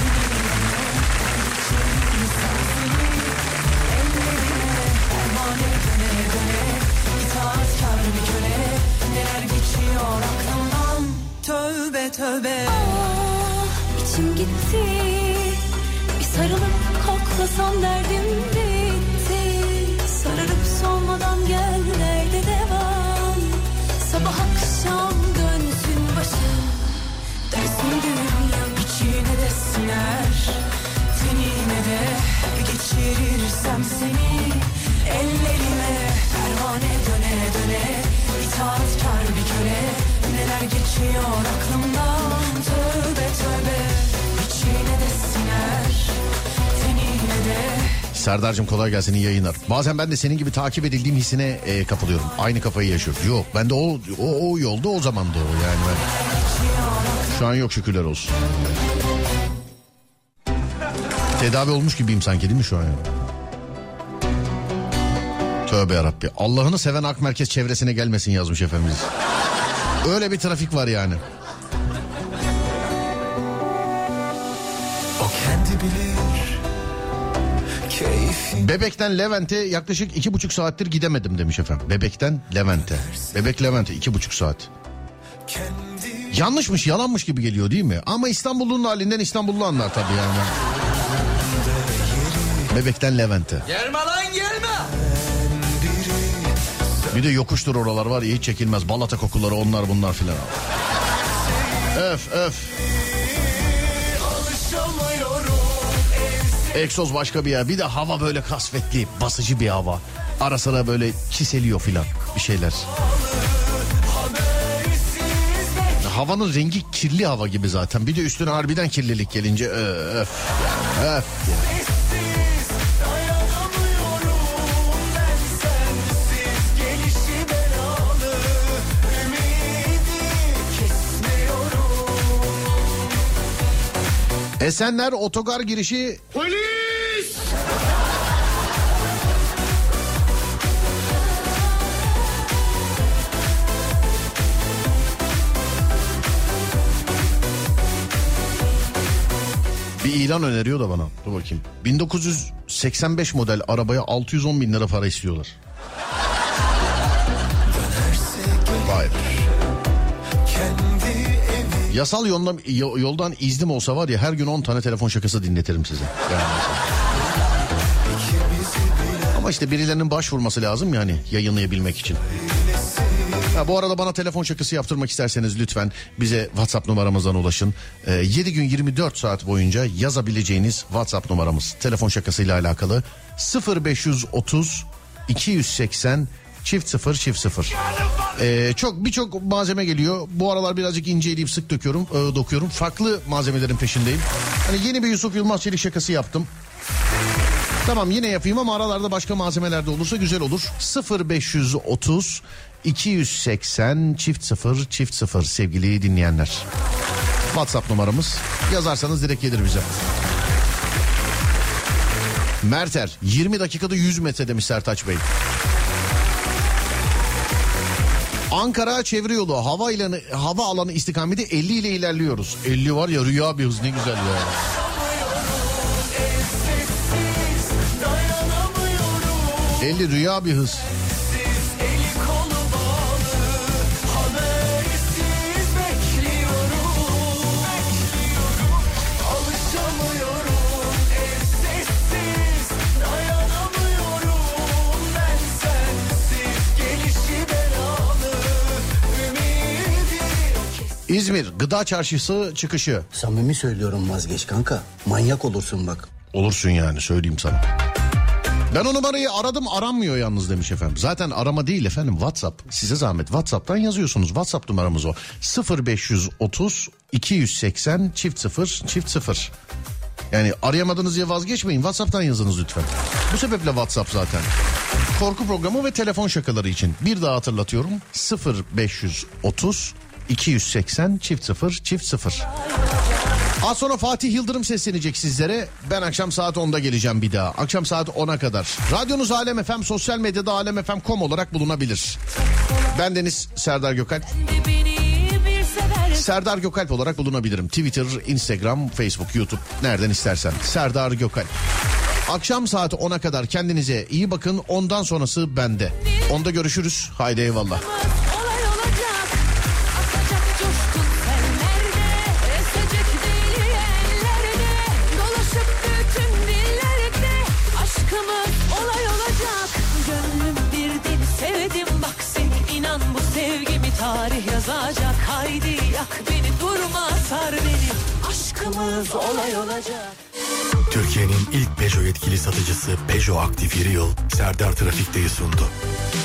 Tövbe tövbe. İçim gitti. Bir sarılıp koklasam derdim bitti. Sararıp solmadan gel nerede devam. Sabah akşam dönsün başım. Dönsün dünya içine de siner. Tenine de geçirirsem seni. Ellerime pervane döne döne. İtaatkar bir köle. Neler geçiyor aklımdan. Tövbe tövbe. İçine de siner. Tenine de. Serdar'cığım kolay gelsin, iyi yayınlar. Bazen ben de senin gibi takip edildiğim hissine kapılıyorum. Aynı kafayı yaşıyorum. Yok ben de o yolda o zaman da o yani. Ben... Şu an yok şükürler olsun. Tedavi olmuş gibiyim sanki değil mi şu an yani? Tövbe yarabbi. Allah'ını seven Ak Merkez çevresine gelmesin yazmış efendimiz. Öyle bir trafik var yani. O kendi bilir keyfi. Bebek'ten Levent'e yaklaşık 2,5 saattir gidemedim demiş efendim. Bebek'ten Levent'e. Bebek Levent'e 2,5 saat. Yanlışmış, yalanmış gibi geliyor değil mi? Ama İstanbullu'nun halinden İstanbullu anlar tabii yani. Bebek'ten Levent'e. Gelme lan gelme. Bir de yokuştur oralar var ya, hiç çekilmez. Balata kokuları onlar bunlar filan. Öf öf. Egzoz başka bir yer. Bir de hava böyle kasvetli, basıcı bir hava. Ara sıra böyle çiseliyor filan bir şeyler. Havanın rengi kirli hava gibi zaten. Bir de üstüne harbiden kirlilik gelince öf. Öf. Esenler otogar girişi... Polis! Bir ilan öneriyor da bana. Dur bakayım. 1985 model arabaya 610 bin lira para istiyorlar. Vay be. Yasal yoldan iznim olsa var ya, her gün 10 tane telefon şakası dinletirim size. Yani ama işte birilerinin başvurması lazım yani yayınlayabilmek için. Ha, bu arada bana telefon şakası yaptırmak isterseniz lütfen bize WhatsApp numaramızdan ulaşın. 7 gün 24 saat boyunca yazabileceğiniz WhatsApp numaramız. Telefon şakasıyla alakalı 0530 280 000. Birçok malzeme geliyor. Bu aralar birazcık inceleyip sık dokuyorum. Farklı malzemelerin peşindeyim. Hani yeni bir Yusuf Yılmaz Çelik şakası yaptım. Tamam yine yapayım ama aralarda başka malzemeler de olursa güzel olur. 0530 280 000 sevgili dinleyenler. WhatsApp numaramız. Yazarsanız direkt gelir bize. Merter 20 dakikada 100 metre demiş Sertaç Bey. Ankara çevre yolu hava alanı istikameti 50 ile ilerliyoruz. 50 var ya, rüya bir hız, ne güzel ya. ...50 rüya bir hız. İzmir Gıda Çarşısı çıkışı. Samimi söylüyorum, vazgeç kanka. Manyak olursun bak. Olursun yani, söyleyeyim sana. Ben o numarayı aradım, aranmıyor yalnız demiş efendim. Zaten arama değil efendim, WhatsApp. Size zahmet WhatsApp'tan yazıyorsunuz. WhatsApp numaramız o. 0530 280 0000. Yani arayamadınız diye vazgeçmeyin. WhatsApp'tan yazınız lütfen. Bu sebeple WhatsApp zaten. Korku programı ve telefon şakaları için. Bir daha hatırlatıyorum. 0530 280 0000. Az sonra Fatih Yıldırım seslenecek sizlere. Ben akşam saat 10'da geleceğim bir daha. Akşam saat 10'a kadar. Radyonuz Alem FM, sosyal medyada alemfm.com olarak bulunabilir. Bendeniz Serdar Gökalp. Serdar Gökalp olarak bulunabilirim. Twitter, Instagram, Facebook, YouTube, nereden istersen. Serdar Gökalp. Akşam saat 10'a kadar kendinize iyi bakın. Ondan sonrası bende. Onda görüşürüz. Haydi eyvallah. Tarih yazacak, haydi yak beni, durma sar beni, aşkımız olay olacak. Türkiye'nin ilk Peugeot yetkili satıcısı Peugeot Aktif Yeri Yıl Serdar Trafik'teyi sundu.